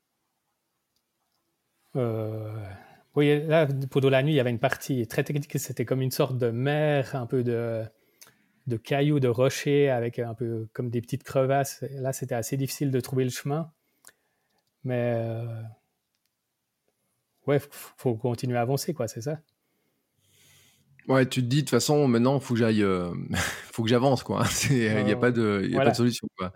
Euh, oui, là, pendant la nuit, il y avait une partie très technique. C'était comme une sorte de mer, un peu de cailloux, de rochers, avec un peu comme des petites crevasses. Là, c'était assez difficile de trouver le chemin. Mais ouais, faut continuer à avancer, quoi, c'est ça. Ouais, tu te dis de toute façon, maintenant, faut que j'aille, faut que j'avance, quoi. Il y a pas de Voilà. solution, quoi.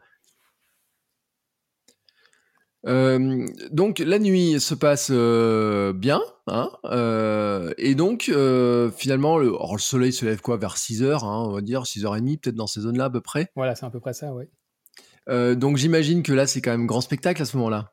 Donc la nuit se passe, bien, hein, et donc finalement, le soleil se lève quoi? Vers 6 heures, hein, on va dire 6h30, peut-être dans ces zones-là à peu près. Voilà, c'est à peu près ça, oui. Donc j'imagine que là, c'est quand même grand spectacle à ce moment-là?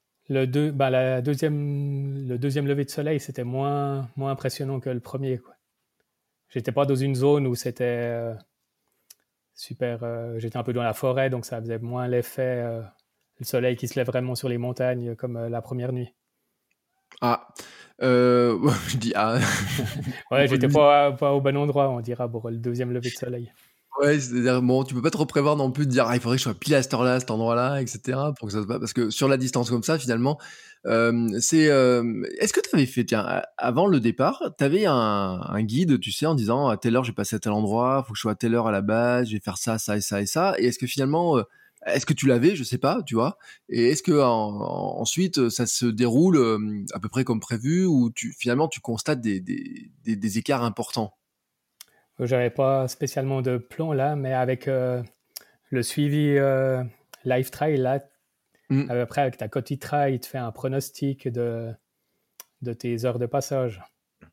Le deuxième lever de soleil, c'était moins impressionnant que le premier, quoi. J'étais pas dans une zone où c'était super. J'étais un peu dans la forêt, donc ça faisait moins l'effet le soleil qui se lève vraiment sur les montagnes comme la première nuit. Ah, je dis: «Ah». Ouais, Pour j'étais lui pas au bon endroit, on dira, pour le deuxième lever de soleil. ouais, c'est-à-dire, bon, tu peux pas trop prévoir non plus de dire: «Ah, il faudrait que je sois pile à cette heure-là, à cet endroit-là» et cetera pour que ça se passe parce que sur la distance comme ça, finalement, est-ce que tu avais fait tiens, avant le départ, tu avais un guide, tu sais, en disant: «À telle heure, je vais passer à tel endroit, faut que je sois à telle heure à la base, je vais faire ça, ça et ça et ça» et est-ce que finalement, est-ce que tu l'avais? Je sais pas, tu vois? Et est-ce ensuite, ça se déroule, à peu près comme prévu ou finalement, tu constates des écarts importants? J'avais pas spécialement de plan là, mais avec le suivi Live Trail, là, Mmh. après avec ta Cotitra, il te fait un pronostic de tes heures de passage.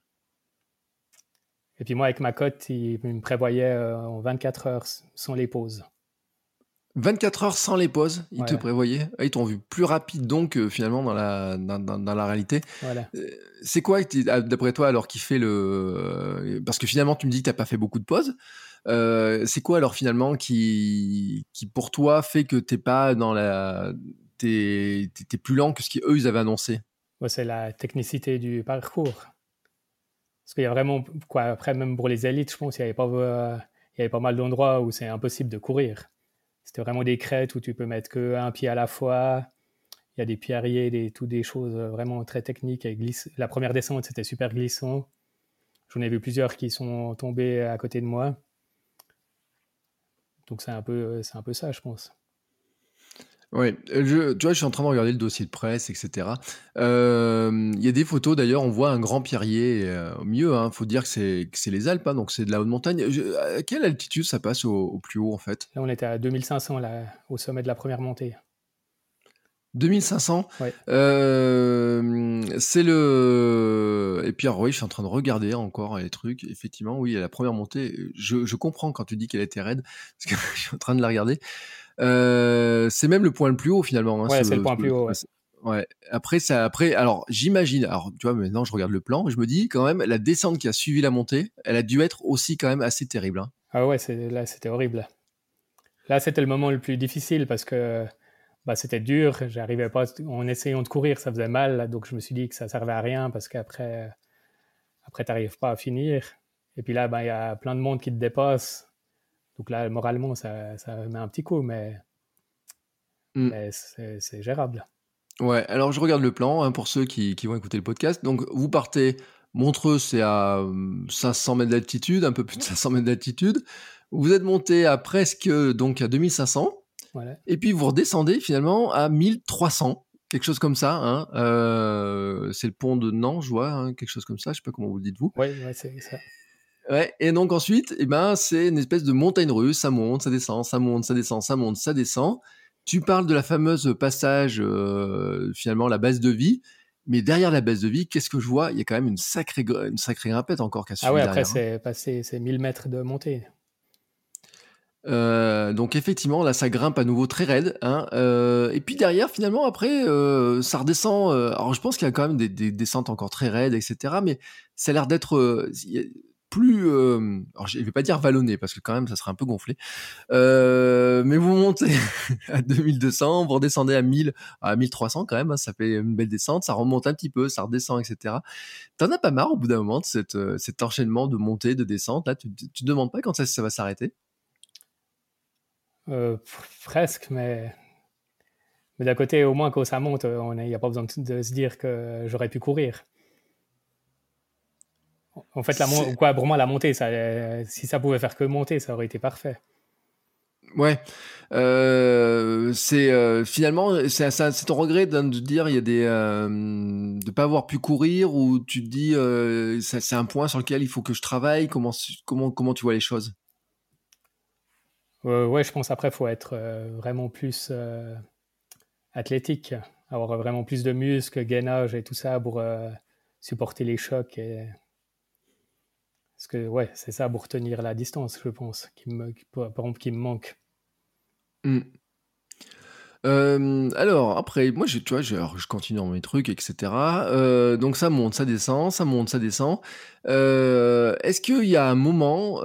Et puis moi, avec ma cote, il me prévoyait en 24 heures sans les pauses. 24 heures sans les pauses, ils te Ouais, prévoyaient? Ah, ils t'ont vu plus rapide donc finalement dans la réalité. voilà. C'est quoi d'après toi alors qui fait parce que finalement tu me dis que tu pas fait beaucoup de pauses. C'est quoi alors finalement qui pour toi fait que t'es pas dans la tu plus lent que ce qu'eux ils avaient annoncé? Ouais, c'est la technicité du parcours. Parce qu'il y a vraiment, quoi, après, même pour les élites, je pense, il y avait pas mal d'endroits où c'est impossible de courir. C'était vraiment des crêtes où tu peux mettre qu'un pied à la fois. Il y a des pierriers, des choses vraiment très techniques. La première descente, c'était super glissant. J'en ai vu plusieurs qui sont tombés à côté de moi. Donc c'est un peu ça, je pense. Ouais, tu vois, je suis en train de regarder le dossier de presse et cetera. Il y a des photos d'ailleurs, on voit un grand pierrier, au milieu, hein. Faut dire que c'est les Alpes, hein, donc c'est de la haute montagne. À quelle altitude ça passe au plus haut, en fait? Là, on était à 2500 là, au sommet de la première montée. 2 500? Ouais. C'est le et puis alors oui, je suis en train de regarder encore les trucs. Effectivement, oui, à la première montée, je comprends quand tu dis qu'elle était raide, parce que je suis en train de la regarder. C'est même le point le plus haut finalement, hein, Ouais, c'est le point plus haut, ouais. ouais. Après alors j'imagine alors tu vois, maintenant je regarde le plan, je me dis quand même la descente qui a suivi la montée, elle a dû être aussi quand même assez terrible, hein? Ah ouais, là, c'était horrible. Là, c'était le moment le plus difficile parce que bah, c'était dur. J'arrivais pas, en essayant de courir, ça faisait mal. Donc, je me suis dit que ça servait à rien parce qu'après, tu n'arrives pas à finir. Et puis là, bah, il y a plein de monde qui te dépasse. Donc là, moralement, ça met un petit coup, Mmh. mais c'est gérable. Ouais, alors je regarde le plan, hein, pour ceux qui vont écouter le podcast. Donc vous partez, Montreux, c'est à 500 mètres d'altitude, un peu plus de 500 mètres d'altitude. Vous êtes monté à presque, donc à 2500, Voilà. et puis vous redescendez finalement à 1300, quelque chose comme ça, hein. C'est le pont de Nantes, je vois, hein, quelque chose comme ça, je sais pas comment vous le dites vous. Ouais, ouais, c'est ça. Ouais, et donc ensuite, eh ben, c'est une espèce de montagne russe, ça monte, ça descend, ça monte, ça descend, ça monte, ça descend. Tu parles de la fameuse passage, finalement, la base de vie, mais derrière la base de vie, qu'est-ce que je vois? Il y a quand même une sacrée grimpette encore qui a Ah suivi ouais, après, derrière, hein. c'est 1000 mètres de montée. Donc effectivement, là, ça grimpe à nouveau très raide, hein, et puis derrière, finalement, après, ça redescend, alors je pense qu'il y a quand même des descentes encore très raides et cetera, mais ça a l'air d'être, il y a plus, alors je vais pas dire vallonné parce que quand même ça serait un peu gonflé, mais vous montez à 2 200, vous redescendez à 1 300 quand même, hein, ça fait une belle descente, ça remonte un petit peu, ça redescend et cetera. Tu as pas marre au bout d'un moment de cet enchaînement de montées, de descentes là? Tu te demandes pas quand ça va s'arrêter? Presque, mais d'un côté, au moins, quand ça monte, il n'y a pas besoin de se dire que j'aurais pu courir. En fait, C'est pour moi, la montée, si ça pouvait faire que monter, ça aurait été parfait. Ouais. Finalement, c'est ton regret de dire il y a de pas avoir pu courir ou tu te dis ça, c'est un point sur lequel il faut que je travaille. Comment tu vois les choses? Ouais, je pense après, il faut être vraiment plus athlétique, avoir vraiment plus de muscles, gainage et tout ça pour supporter les chocs. Parce que, ouais, c'est ça pour tenir la distance, je pense, par exemple, qui me manque. Mm. Alors après, moi, alors, je continue dans mes trucs, etc. Donc ça monte, ça descend, ça monte, ça descend. Est-ce qu'il y a un moment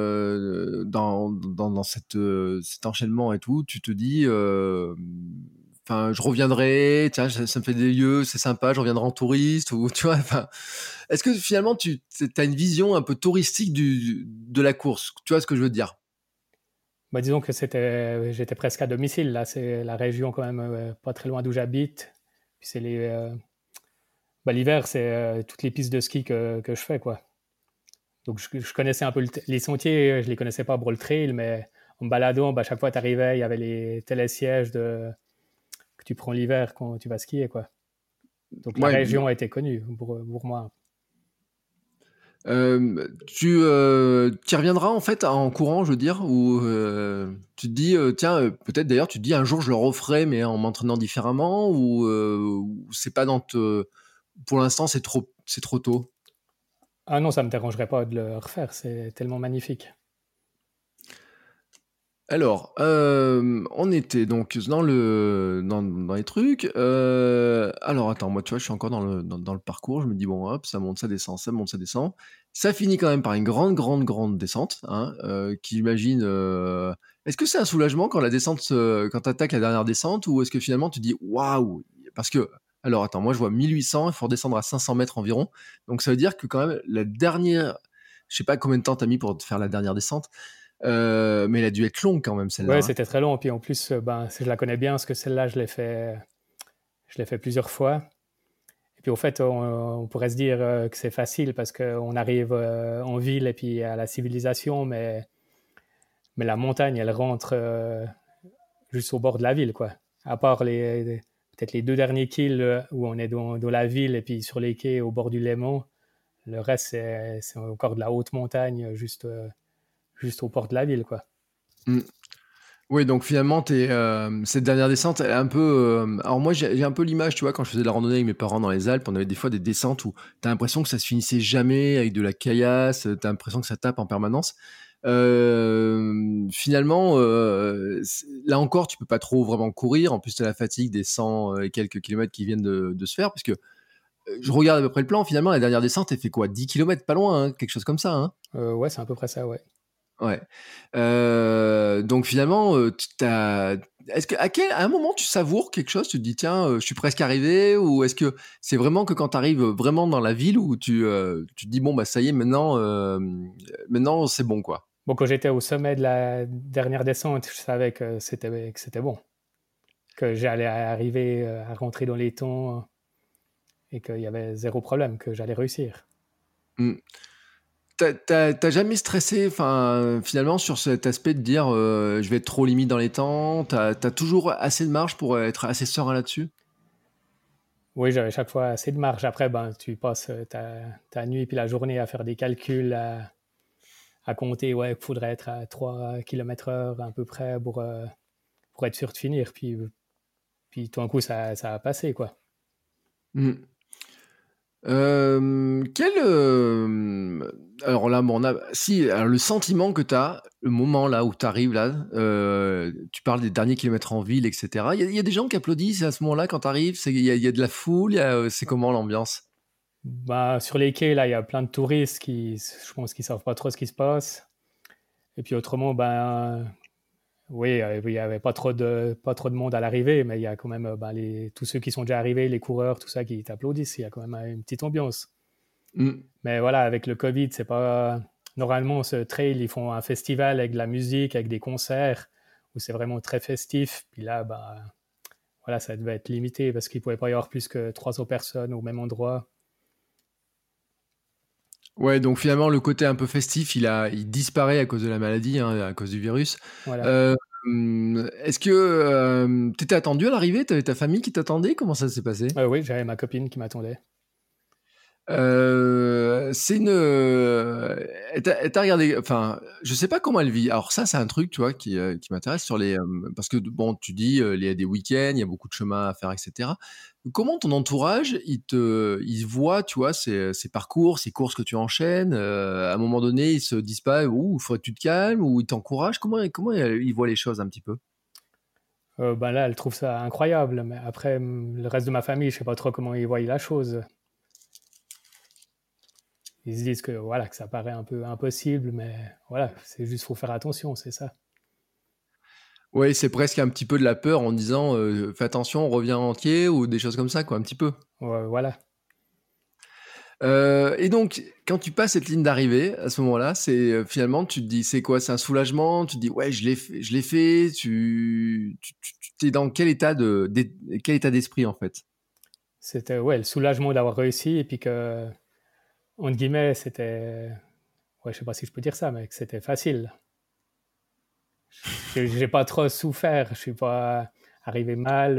dans cet enchaînement et tout, tu te dis, enfin, je reviendrai, tiens, ça me fait des lieux, c'est sympa, je reviendrai en touriste, ou tu vois, enfin, est-ce que finalement tu as une vision un peu touristique de la course? Tu vois ce que je veux dire? Bah, disons que j'étais presque à domicile. Là, c'est la région quand même pas très loin d'où j'habite. Puis l'hiver, c'est toutes les pistes de ski que je fais, quoi. Donc je connaissais un peu les sentiers, je les connaissais pas pour le trail, mais en me baladant, bah, chaque fois tu arrivais, il y avait les télésièges que tu prends l'hiver quand tu vas skier, quoi. Donc la Ouais. région a été connue pour moi. Tu y reviendras en fait en courant, je veux dire, ou tu te dis, tiens, peut-être d'ailleurs, tu te dis un jour je le referai, mais en m'entraînant différemment, ou c'est pas pour l'instant, c'est trop tôt. Ah non, ça me dérangerait pas de le refaire, c'est tellement magnifique. Alors, on était donc dans les trucs. Alors attends, moi tu vois, je suis encore dans le parcours. Je me dis bon, hop, ça monte, ça descend, ça monte, ça descend. Ça finit quand même par une grande, grande, grande descente, hein, qui j'imagine. Est-ce que c'est un soulagement quand quand t'attaques la dernière descente, ou est-ce que finalement tu dis waouh? Parce que alors attends, moi je vois 1800, il faut redescendre à 500 mètres environ. Donc ça veut dire que quand même la dernière, je sais pas combien de temps t'as mis pour faire la dernière descente. Mais elle a dû être longue quand même, celle-là, Ouais, hein. c'était très long. Puis en plus, ben, je la connais bien parce que celle-là, je l'ai fait plusieurs fois. Et puis au fait, on pourrait se dire que c'est facile parce qu'on arrive en ville et puis à la civilisation, mais la montagne, elle rentre juste au bord de la ville, quoi. À part peut-être les 2 derniers kills où on est dans la ville et puis sur les quais au bord du Léman, le reste, c'est encore de la haute montagne juste au port de la ville, quoi. Mmh. Oui, donc finalement, cette dernière descente, elle est un peu. Alors moi, j'ai un peu l'image, tu vois, quand je faisais de la randonnée avec mes parents dans les Alpes, on avait des fois des descentes où t'as l'impression que ça se finissait jamais avec de la caillasse, t'as l'impression que ça tape en permanence. Finalement, là encore, tu peux pas trop vraiment courir. En plus, t'as la fatigue des 100 et quelques kilomètres qui viennent de se faire, parce que je regarde à peu près le plan. Finalement, la dernière descente, elle fait quoi? 10 kilomètres, pas loin, hein, quelque chose comme ça, hein. Ouais, c'est à peu près ça, ouais. Ouais. Donc finalement, est-ce que à un moment tu savoures quelque chose? Tu te dis: «Tiens, je suis presque arrivé», ou est-ce que c'est vraiment que quand tu arrives vraiment dans la ville où tu te dis: «Bon, bah, ça y est, maintenant c'est bon, quoi»? Bon, quand j'étais au sommet de la dernière descente, je savais que c'était bon, que j'allais arriver à rentrer dans les temps et qu'il y avait zéro problème, que j'allais réussir. Mmh. Tu jamais stressé, enfin, finalement, sur cet aspect de dire, «Je vais être trop limite dans les temps»? T'as toujours assez de marge pour être assez serein là-dessus? Oui, j'avais chaque fois assez de marge. Après, ben, tu passes ta nuit puis la journée à faire des calculs, à compter, ouais, il faudrait être à 3 km/h à peu près pour être sûr de finir. Puis tout d'un coup, ça a passé, quoi. Mmh. Alors là, bon, si, alors le sentiment que tu as, le moment là où tu arrives là, tu parles des derniers kilomètres en ville, et cetera. Il y a des gens qui applaudissent à ce moment-là quand tu arrives? Il y a de la foule? C'est comment l'ambiance? Bah, sur les quais, là, il y a plein de touristes je pense, qui savent pas trop ce qui se passe. Et puis autrement, ben, oui, il n'y avait pas trop de monde à l'arrivée, mais il y a quand même ben, tous ceux qui sont déjà arrivés, les coureurs, tout ça, qui t'applaudissent. Il y a quand même une petite ambiance. Mmh. Mais voilà, avec le Covid, c'est pas. Normalement, ce trail, ils font un festival avec de la musique, avec des concerts, où c'est vraiment très festif. Puis là, ben, voilà, ça devait être limité parce qu'il ne pouvait pas y avoir plus que 300 personnes au même endroit. Ouais, donc finalement, le côté un peu festif, il disparaît à cause de la maladie, hein, à cause du virus. Voilà. Est-ce que t'étais attendu à l'arrivée? T'avais ta famille qui t'attendait? Comment ça s'est passé? Oui, j'avais ma copine qui m'attendait. C'est une. Elle t'a regardé. Enfin, je sais pas comment elle vit. Alors ça, c'est un truc, tu vois, qui m'intéresse sur les. Parce que bon, tu dis, il y a des week-ends, il y a beaucoup de chemin à faire, etc. Comment ton entourage, il voit, tu vois, ces parcours, ces courses que tu enchaînes. À un moment donné, ils se disent pas, ouh, faudrait que tu te calmes, ou ils t'encouragent. Comment ils voient les choses un petit peu? Ben là, elle trouve ça incroyable, mais après, le reste de ma famille, je sais pas trop comment ils voient la chose. Ils se disent que voilà, que ça paraît un peu impossible, mais voilà, c'est juste faut faire attention, c'est ça. Oui, c'est presque un petit peu de la peur en disant, fais attention, on revient entier, ou des choses comme ça, quoi, un petit peu. Ouais, voilà. Et donc, quand tu passes cette ligne d'arrivée, à ce moment-là, finalement, tu te dis, c'est quoi? C'est un soulagement? Tu te dis, ouais, je l'ai fait. Tu es dans quel état d'esprit en fait? C'était ouais, le soulagement d'avoir réussi et puis que, entre guillemets, c'était, ouais, je sais pas si je peux dire ça, mais que c'était facile. J'ai pas trop souffert, je suis pas arrivé mal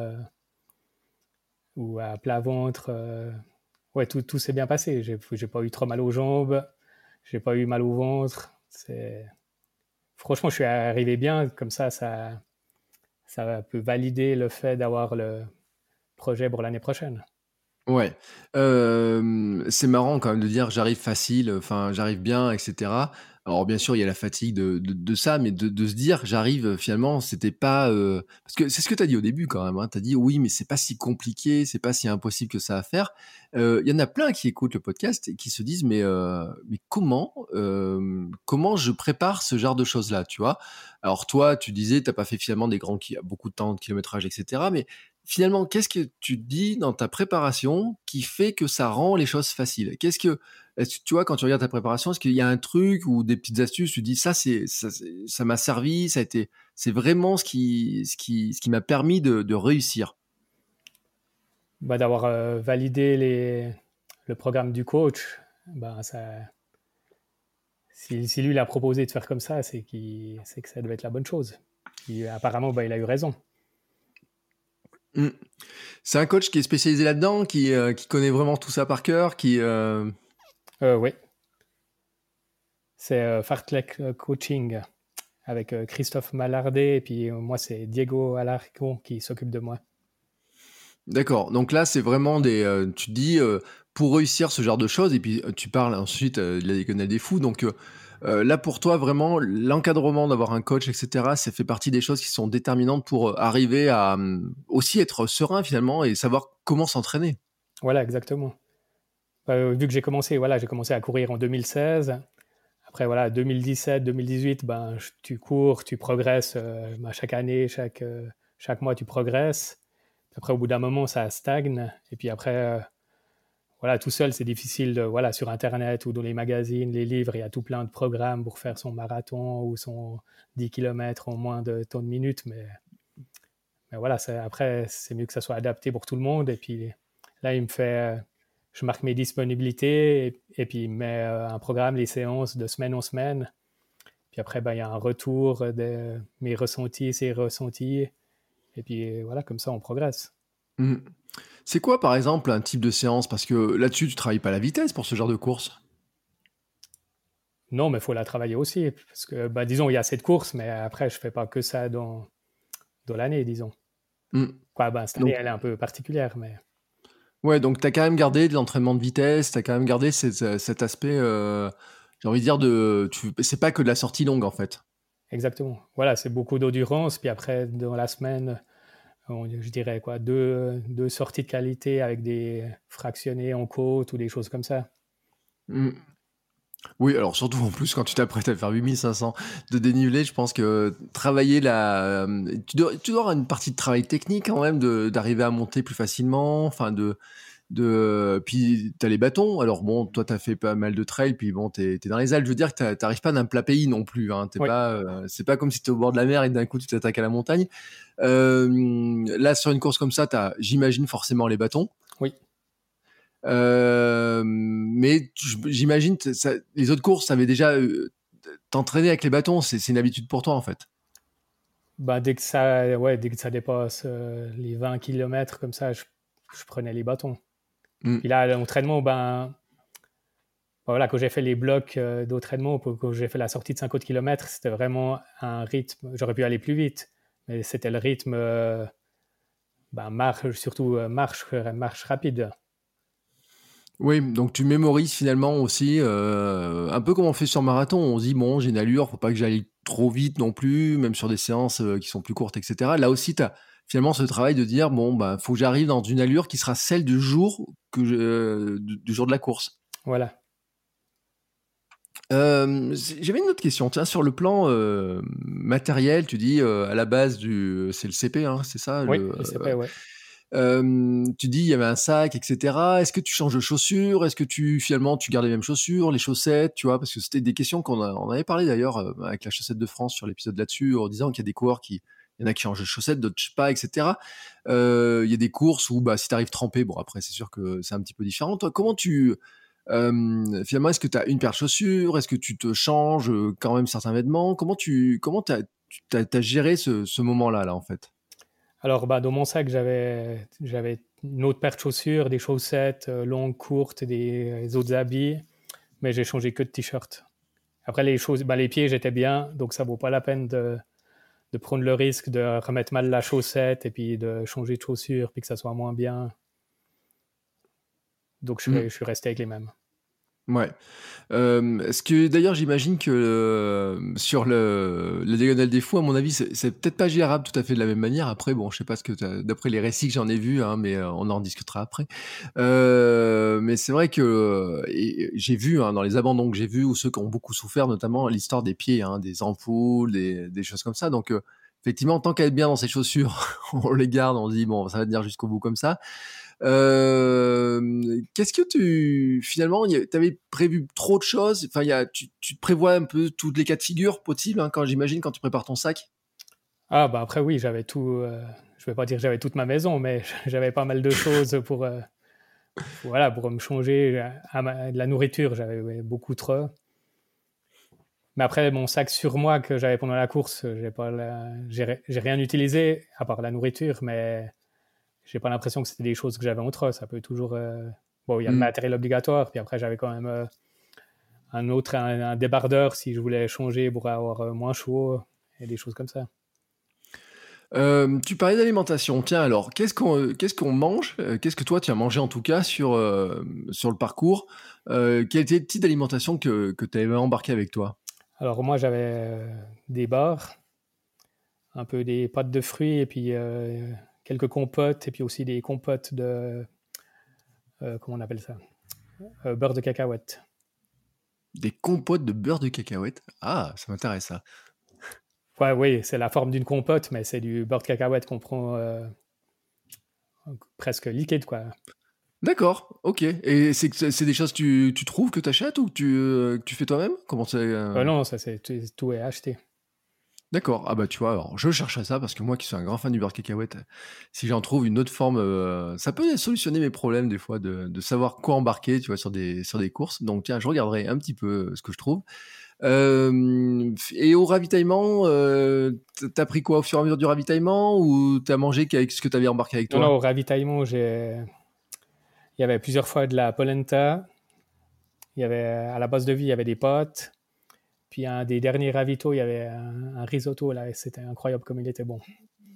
ou à plat ventre. Ouais, tout s'est bien passé. J'ai pas eu trop mal aux jambes, j'ai pas eu mal au ventre. Franchement, je suis arrivé bien, comme ça peut valider le fait d'avoir le projet pour l'année prochaine. Ouais, c'est marrant quand même de dire: «J'arrive facile, enfin j'arrive bien» et cetera. Alors bien sûr, il y a la fatigue de ça, mais de se dire: «J'arrive», finalement, c'était pas, parce que c'est ce que tu as dit au début quand même, hein. Tu as dit: «Oui, mais c'est pas si compliqué, c'est pas si impossible que ça à faire». Il y en a plein qui écoutent le podcast et qui se disent: mais comment je prépare ce genre de choses-là?» Tu vois? Alors toi, tu disais, tu as pas fait finalement beaucoup de temps de kilométrage et cetera, mais finalement, qu'est-ce que tu te dis dans ta préparation qui fait que ça rend les choses faciles? Est-ce que tu vois, quand tu regardes ta préparation, est-ce qu'il y a un truc ou des petites astuces, tu dis ça m'a servi, c'est vraiment ce qui m'a permis de réussir? Bah, d'avoir validé le programme du coach, bah, si lui l'a proposé de faire comme ça, c'est que ça devait être la bonne chose. Puis, apparemment, bah, il a eu raison. Mmh. C'est un coach qui est spécialisé là-dedans, qui connaît vraiment tout ça par cœur, Oui, c'est Fartlek Coaching avec Christophe Mallardet et puis moi, c'est Diego Alarcon qui s'occupe de moi. D'accord, donc là, c'est vraiment tu te dis, pour réussir ce genre de choses et puis, tu parles ensuite, de la diagonale des fous donc, là, pour toi, vraiment, l'encadrement, d'avoir un coach et cetera, ça fait partie des choses qui sont déterminantes pour, arriver à, aussi être serein, finalement et savoir comment s'entraîner? Voilà, exactement. Vu que j'ai commencé à courir en 2016. Après, voilà, 2017, 2018, ben, tu cours, tu progresses ben, chaque année, chaque mois, tu progresses. Après, au bout d'un moment, ça stagne. Et puis après, voilà, tout seul, c'est difficile. Voilà, sur Internet ou dans les magazines, les livres, il y a tout plein de programmes pour faire son marathon ou son 10 km en moins de tant de minutes. Mais voilà, après, c'est mieux que ça soit adapté pour tout le monde. Et puis là, je marque mes disponibilités et puis il me met un programme, les séances de semaine en semaine. Puis après, ben, il y a un retour de mes ressentis, ses ressentis. Et puis voilà, comme ça, on progresse. Mmh. C'est quoi, par exemple, un type de séance? Parce que là-dessus, tu travailles pas la vitesse pour ce genre de course? Non, mais il faut la travailler aussi. Parce que, ben, disons, il y a cette course, mais après, je ne fais pas que ça dans l'année, disons. Mmh. Quoi, ben, cette année, Donc elle est un peu particulière, mais ouais, donc tu as quand même gardé de l'entraînement de vitesse, tu as quand même gardé cet aspect, j'ai envie de dire c'est pas que de la sortie longue, en fait? exactement. Voilà, c'est beaucoup d'endurance. Puis après, dans la semaine, je dirais quoi, deux sorties de qualité avec des fractionnés en côte ou des choses comme ça. Mmh. Oui, alors surtout en plus quand tu t'apprêtes à faire 8500 de dénivelé, je pense que travailler tu dois avoir une partie de travail technique quand même d'arriver à monter plus facilement, enfin puis tu as les bâtons. Alors bon, toi tu as fait pas mal de trail, puis bon, tu es dans les Alpes, je veux dire que tu arrives pas d'un plat pays non plus, hein. Oui, C'est pas comme si tu es au bord de la mer et d'un coup tu t'attaques à la montagne. Là sur une course comme ça, tu as, j'imagine, forcément les bâtons. oui. Mais j'imagine les autres courses, ça avait déjà t'entraîner avec les bâtons, c'est une habitude pour toi en fait. Dès que ça dépasse les 20 km, comme ça, je prenais les bâtons. Mm. Puis là, l'entraînement, voilà, quand j'ai fait les blocs d'entraînement, quand j'ai fait la sortie de 50 km, c'était vraiment un rythme. J'aurais pu aller plus vite, mais c'était le rythme marche rapide. Oui, donc tu mémorises finalement aussi, un peu comme on fait sur marathon. On se dit, bon, j'ai une allure, faut pas que j'aille trop vite non plus, même sur des séances qui sont plus courtes, etc. Là aussi, tu as finalement ce travail de dire, bon, bah, faut que j'arrive dans une allure qui sera celle du jour, du jour de la course. Voilà. J'avais une autre question. Tiens, sur le plan matériel, tu dis à la base c'est le CP, hein, c'est ça Oui, le CP, ouais. Tu dis il y avait un sac, etc. Est-ce que tu changes de chaussures? Est-ce que finalement tu gardes les mêmes chaussures, les chaussettes, tu vois? Parce que c'était des questions on avait parlé d'ailleurs avec la Chaussette de France sur l'épisode là-dessus, en disant qu'il y a des coureurs il y en a qui changent de chaussettes, d'autres pas, etc. Il y a des courses où si tu arrives trempé, bon après c'est sûr que c'est un petit peu différent. Toi, comment finalement, est-ce que tu as une paire de chaussures? Est-ce que tu te changes quand même certains vêtements? Comment t'as géré ce moment-là, là, en fait? Alors, dans mon sac, j'avais une autre paire de chaussures, des chaussettes longues, courtes, des autres habits, mais j'ai changé que de t-shirt. Après, les pieds, j'étais bien, donc ça vaut pas la peine de prendre le risque de remettre mal la chaussette et puis de changer de chaussures puis que ça soit moins bien. Donc, je suis resté avec les mêmes. Ouais. Est-ce que d'ailleurs j'imagine que sur la diagonale des fous, à mon avis, c'est peut-être pas gérable tout à fait de la même manière. Après, bon, je sais pas ce que d'après les récits que j'en ai vus, hein, mais on en discutera après. Mais c'est vrai que et j'ai vu dans les abandons que j'ai vus ou ceux qui ont beaucoup souffert, notamment l'histoire des pieds, hein, des ampoules, des choses comme ça. Donc effectivement, tant qu'à être bien dans ses chaussures, on les garde, on se dit bon, ça va tenir jusqu'au bout comme ça. Qu'est-ce que finalement, t'avais prévu trop de choses? Enfin, tu te prévois un peu toutes les cas de figure possibles, hein, quand tu prépares ton sac? Après, oui, j'avais tout. Je vais pas dire que j'avais toute ma maison, mais j'avais pas mal de choses pour me changer. De la nourriture, j'avais beaucoup trop. Mais après, mon sac sur moi que j'avais pendant la course, j'ai rien utilisé à part la nourriture, mais j'ai pas l'impression que c'était des choses que j'avais en trop. Ça peut toujours. Il y a le matériel obligatoire, puis après, j'avais quand même un débardeur si je voulais changer pour avoir moins chaud et des choses comme ça. Tu parlais d'alimentation. Tiens, alors, qu'est-ce qu'on mange? Qu'est-ce que toi, tu as mangé en tout cas sur le parcours? Quel était le type d'alimentation que tu avais embarqué avec toi? Alors moi, j'avais des bars, un peu des pâtes de fruits et puis quelques compotes et puis aussi des compotes de comment on appelle ça? Beurre de cacahuète. Des compotes de beurre de cacahuète? Ah, ça m'intéresse ça. Ouais, oui, c'est la forme d'une compote, mais c'est du beurre de cacahuète qu'on prend presque liquide, quoi. D'accord, ok. Et c'est des choses que tu trouves, que tu achètes ou que tu fais toi-même? Comment c'est Non, ça tout est acheté. D'accord. Ah bah tu vois, alors je chercherais ça parce que moi qui suis un grand fan du beurre de cacahuète, si j'en trouve une autre forme, ça peut solutionner mes problèmes des fois de savoir quoi embarquer, tu vois, sur des courses. Donc tiens, je regarderai un petit peu ce que je trouve. Et au ravitaillement, t'as pris quoi au fur et à mesure du ravitaillement ou t'as mangé qu'avec ce que t'avais embarqué avec toi? Non, au ravitaillement, il y avait plusieurs fois de la polenta. Il y avait, à la base de vie, il y avait des pâtes. Puis un des derniers ravitaux, il y avait un risotto, là, et c'était incroyable comme il était bon.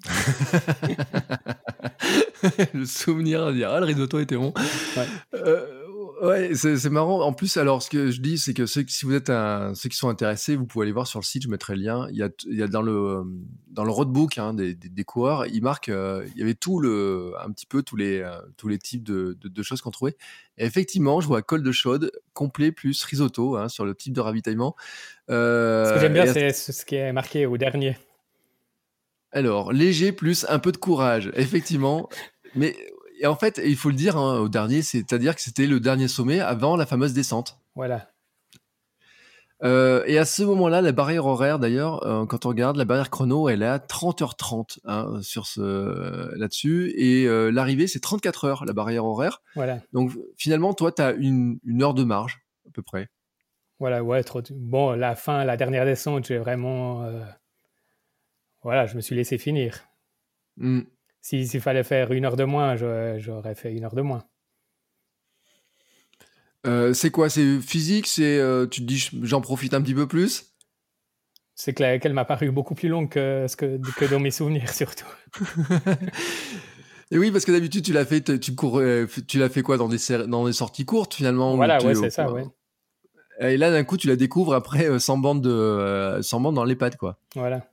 Le souvenir à dire, ah, le risotto était bon. Ouais. Ouais, c'est marrant. En plus, alors, ce que je dis, c'est que si vous êtes ceux qui sont intéressés, vous pouvez aller voir sur le site, je mettrai le lien. Il y a dans le roadbook, hein, des coureurs, il marque, il y avait un petit peu tous les types de choses qu'on trouvait. Et effectivement, je vois col de chaude, complet plus risotto, hein, sur le type de ravitaillement. Ce que j'aime bien, c'est ce qui est marqué au dernier. Alors, léger plus un peu de courage, effectivement. Mais et en fait, il faut le dire, hein, au dernier, c'est-à-dire que c'était le dernier sommet avant la fameuse descente. Voilà. Et à ce moment-là, la barrière horaire, d'ailleurs, quand on regarde, la barrière chrono, elle est à 30h30 hein, là-dessus. Et l'arrivée, c'est 34h, la barrière horaire. Voilà. Donc finalement, toi, tu as une heure de marge, à peu près. Voilà, ouais. La dernière descente, j'ai vraiment... voilà, je me suis laissé finir. Hmm. S'il fallait faire 1 heure de moins, j'aurais fait 1 heure de moins. C'est quoi? C'est physique? Tu te dis, j'en profite un petit peu plus? C'est qu'elle m'a paru beaucoup plus longue que dans mes souvenirs, surtout. Et oui, parce que d'habitude, tu l'as fait, tu l'as fait quoi dans des sorties courtes finalement Voilà, ouais, c'est ça, ouais. Et là, d'un coup, tu la découvres après sans bande dans les pattes, quoi. Voilà.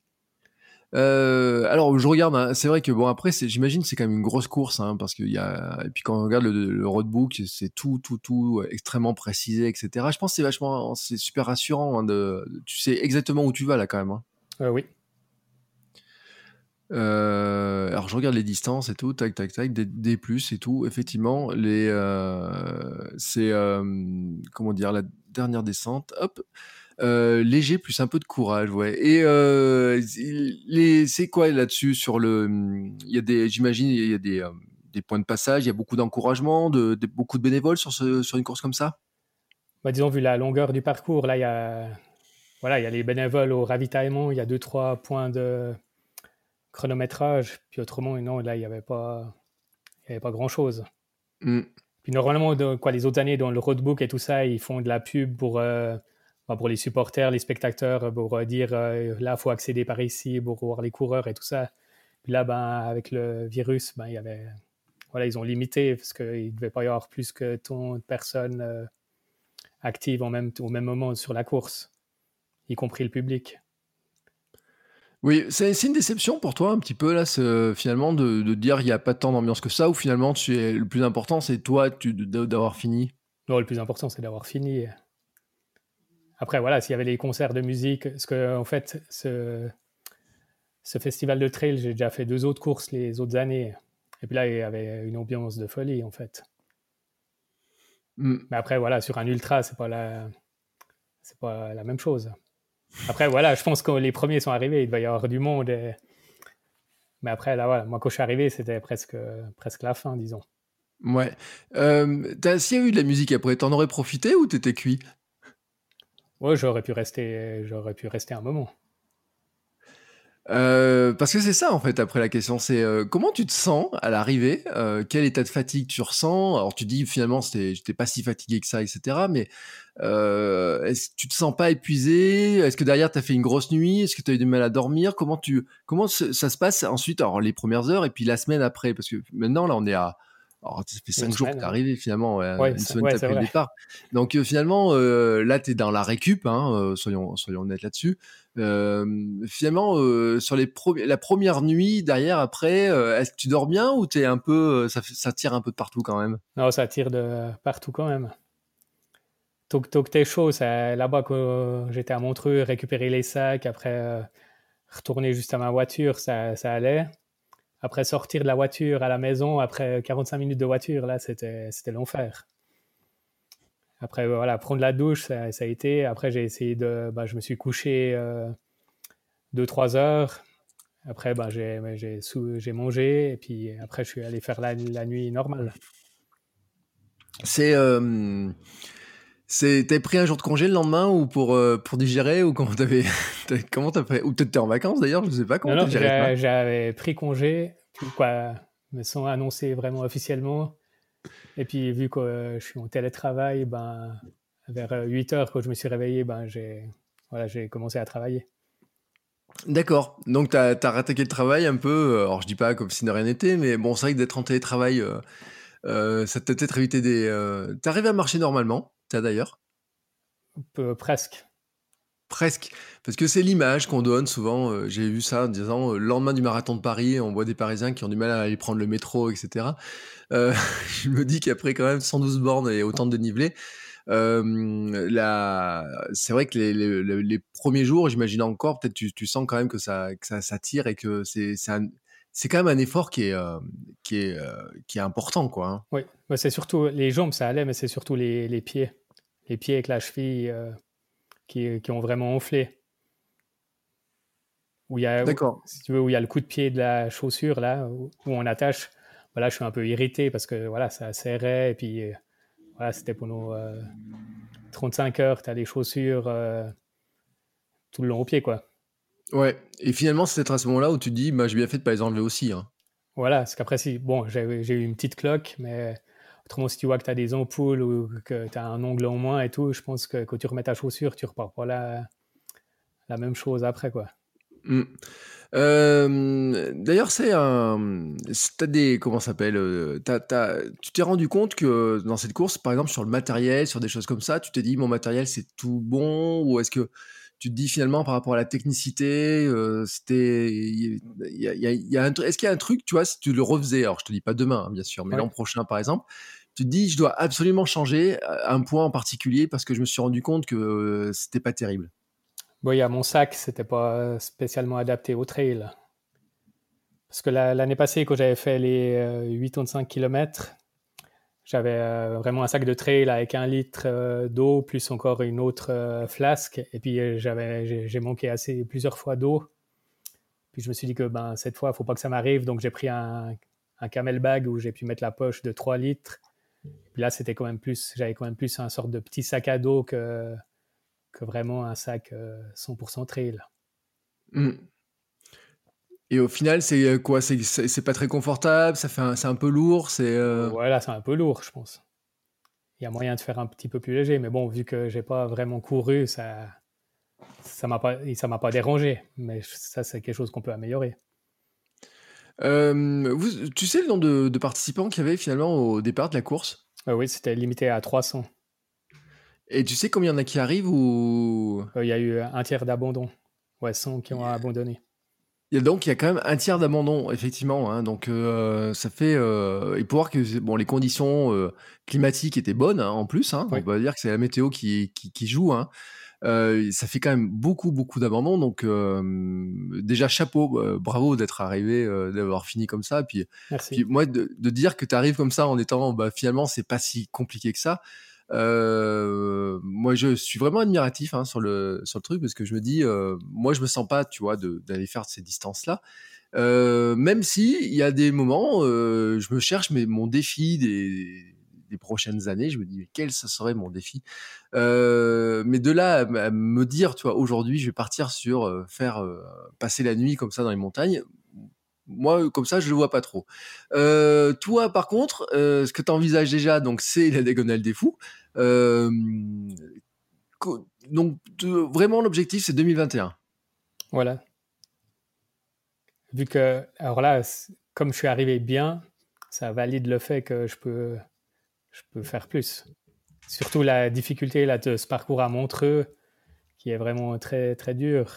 Alors, je regarde, hein, c'est vrai que bon, après, j'imagine que c'est quand même une grosse course, hein, parce qu'il y a, et puis quand on regarde le roadbook, c'est tout extrêmement précisé, etc. Je pense que c'est super rassurant, hein, tu sais exactement où tu vas là quand même, hein. Oui. Alors je regarde les distances et tout, tac, des plus et tout. Effectivement, c'est comment dire, la dernière descente, hop, léger plus un peu de courage, ouais. Et c'est quoi là-dessus sur il y a j'imagine, il y a des points de passage, il y a beaucoup d'encouragement, beaucoup de bénévoles sur une course comme ça. Bah, disons, vu la longueur du parcours, là, il y a les bénévoles au ravitaillement, il y a 2-3 points de chronométrage, puis autrement, non, là, il n'y avait pas grand-chose. Mm. Puis normalement, les autres années, dans le roadbook et tout ça, ils font de la pub pour les supporters, les spectateurs, pour dire là, il faut accéder par ici pour voir les coureurs et tout ça. Puis là, avec le virus, ils ont limité parce qu'il ne devait pas y avoir plus que tant de personnes actives au même moment sur la course, y compris le public. Oui, c'est une déception pour toi un petit peu là, finalement de dire il n'y a pas tant d'ambiance que ça, ou finalement le plus important c'est toi d'avoir fini. Non, le plus important, c'est d'avoir fini. Après, voilà, s'il y avait les concerts de musique, parce que en fait, ce festival de trail, j'ai déjà fait 2 autres courses les autres années. Et puis là, il y avait une ambiance de folie, en fait. Mm. Mais après, voilà, sur un ultra, c'est pas la même chose. Après, voilà, je pense que les premiers sont arrivés, il devait y avoir du monde. Mais après, là, voilà, moi, quand je suis arrivé, c'était presque la fin, disons. Ouais. S'il y a eu de la musique après, t'en aurais profité ou t'étais cuit? Ouais, j'aurais pu rester un moment. Parce que c'est ça en fait après la question, c'est comment tu te sens à l'arrivée, quel état de fatigue tu ressens? Alors tu dis finalement j'étais pas si fatigué que ça, etc. Mais est-ce que tu te sens pas épuisé? Est-ce que derrière t'as fait une grosse nuit? Est-ce que t'as eu du mal à dormir? Comment ça se passe ensuite? Alors les premières heures et puis la semaine après, parce que maintenant là on est alors ça fait 5 jours que t'es arrivé finalement, ouais, une semaine après le départ. Donc finalement là t'es dans la récup, hein, soyons honnêtes là-dessus. Finalement, sur la première nuit, derrière, après, est-ce que tu dors bien ou t'es un peu, ça tire un peu de partout quand même? Non, ça tire de partout quand même. Tant que t'es chaud, là-bas, quand j'étais à Montreux, récupérer les sacs, après retourner juste à ma voiture, ça allait. Après sortir de la voiture à la maison, après 45 minutes de voiture, là, c'était l'enfer. Après, voilà, prendre la douche, ça a été. Après, j'ai essayé je me suis couché 2-3 heures. Après, j'ai mangé. Et puis après, je suis allé faire la nuit normale. T'as pris un jour de congé le lendemain ou pour digérer, ou comment t'as fait? Ou peut-être t'es en vacances d'ailleurs, je sais pas comment t'as géré ça. J'avais pris congé, mais sans annoncer vraiment officiellement. Et puis, vu que je suis en télétravail, vers 8 heures, quand je me suis réveillé, j'ai commencé à travailler. D'accord. Donc t'as rattaqué le travail un peu. Alors je dis pas comme si de rien n'était, mais bon, c'est vrai que d'être en télétravail, ça t'a peut-être évité t'arrives à marcher normalement, t'as d'ailleurs? Presque. Presque. Parce que c'est l'image qu'on donne souvent. J'ai vu ça en disant le lendemain du marathon de Paris, on voit des Parisiens qui ont du mal à aller prendre le métro, etc. Je me dis qu'après quand même 112 bornes et autant de dénivelé, c'est vrai que les premiers jours, j'imagine encore, peut-être tu sens quand même que ça tire, et que c'est quand même un effort qui est important, quoi, hein. Oui, c'est surtout les jambes, ça allait, mais c'est surtout les pieds. Les pieds avec la cheville qui ont vraiment enflé. D'accord. Si tu veux, où il y a le coup de pied de la chaussure, là, où on attache. Là, je suis un peu irrité parce que voilà, ça serrait. Et puis, voilà, c'était pendant 35 heures, tu as les chaussures tout le long au pied, quoi. Ouais. Et finalement, c'est peut-être à ce moment-là où tu te dis, bah, j'ai bien fait de pas les enlever aussi, hein. Voilà, parce qu'après, bon, j'ai eu une petite cloque, mais autrement, si tu vois que tu as des ampoules ou que tu as un ongle en moins et tout, je pense que quand tu remets ta chaussure, tu repars pas la même chose après, quoi. Mm. D'ailleurs, t'as des, comment ça s'appelle, tu t'es rendu compte que dans cette course, par exemple, sur le matériel, sur des choses comme ça, tu t'es dit, mon matériel, c'est tout bon, ou est-ce que tu te dis finalement par rapport à la technicité, est-ce qu'il y a un truc, tu vois, si tu le refaisais, alors je te dis pas demain, hein, bien sûr, mais Oui. l'an prochain, par exemple, tu te dis, je dois absolument changer un point en particulier parce que je me suis rendu compte que c'était pas terrible. Bon, il y a mon sac, c'était pas spécialement adapté au trail. Parce que l'année passée, quand j'avais fait les 85 km, j'avais vraiment un sac de trail avec 1 litre d'eau, plus encore une autre flasque. Et puis j'ai manqué plusieurs fois d'eau. Puis je me suis dit que cette fois, il ne faut pas que ça m'arrive. Donc j'ai pris un camel bag où j'ai pu mettre la poche de 3 litres. Et puis là, j'avais quand même plus un sorte de petit sac à dos que vraiment un sac 100% trail. Mm. Et au final, c'est quoi? C'est pas très confortable, c'est un peu lourd, Voilà, c'est un peu lourd, je pense. Il y a moyen de faire un petit peu plus léger, mais bon, vu que j'ai pas vraiment couru, ça m'a pas dérangé. Mais ça, c'est quelque chose qu'on peut améliorer. Tu sais le nombre de participants qu'il y avait finalement au départ de la course? Oui, c'était limité à 300. Et tu sais combien il y en a qui arrivent ou Il y a eu un tiers d'abandon. Ouais, 100 qui ont abandonné. il y a quand même un tiers d'abandon, effectivement, hein, donc ça fait et pour voir que bon, les conditions climatiques étaient bonnes, hein, en plus, hein, Oui, on va dire que c'est la météo qui joue, hein. Ça fait quand même beaucoup, beaucoup d'abandon. Donc, déjà, chapeau, bravo d'être arrivé, d'avoir fini comme ça. Puis merci. moi, de dire que tu arrives comme ça en étant, bah, finalement, c'est pas si compliqué que ça. Moi, je suis vraiment admiratif hein, sur le truc parce que je me dis, moi, je me sens pas, tu vois, d'aller faire ces distances-là. Même si il y a des moments, je me cherche mais mon défi des prochaines années, je me dis mais quel ça serait mon défi. Mais de là à me dire, tu vois, aujourd'hui, je vais partir sur faire passer la nuit comme ça dans les montagnes. Moi, comme ça, je le vois pas trop. Toi, par contre, ce que tu envisages déjà, donc c'est la diagonale des fous. Euh, donc vraiment, l'objectif, c'est 2021. Voilà. Vu que, alors là, comme je suis arrivé bien, ça valide le fait que je peux faire plus. Surtout la difficulté là, de ce parcours à Montreux, qui est vraiment très, très dur,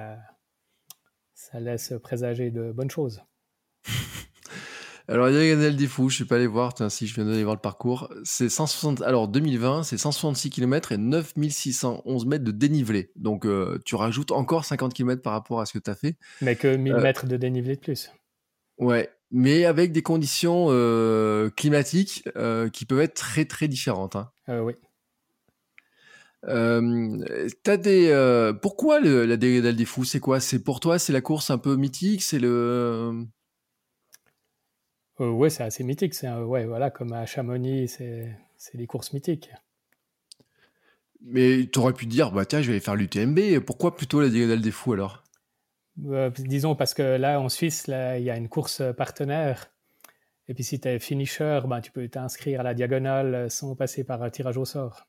ça laisse présager de bonnes choses. Alors, il y a Diagonale des Fous, je suis pas allé voir, tiens, si je viens d'aller voir le parcours. C'est 160, alors 2020, c'est 166 km et 9611 mètres de dénivelé. Donc, tu rajoutes encore 50 km par rapport à ce que tu as fait. Mais que 1000 Euh, mètres de dénivelé de plus. ouais, mais avec des conditions climatiques qui peuvent être très très différentes, hein. Oui. Pourquoi la Diagonale des Fous? C'est quoi? C'est pour toi, c'est la course un peu mythique, c'est le. Ouais, c'est assez mythique. Ouais, voilà, comme à Chamonix, c'est des courses mythiques. Mais t'aurais pu te dire, bah tiens, je vais aller faire l'UTMB. Pourquoi plutôt la Diagonale des Fous alors? Disons parce que là, en Suisse, là, il y a une course partenaire. Et puis si tu es finisher, ben, tu peux t'inscrire à la diagonale sans passer par un tirage au sort.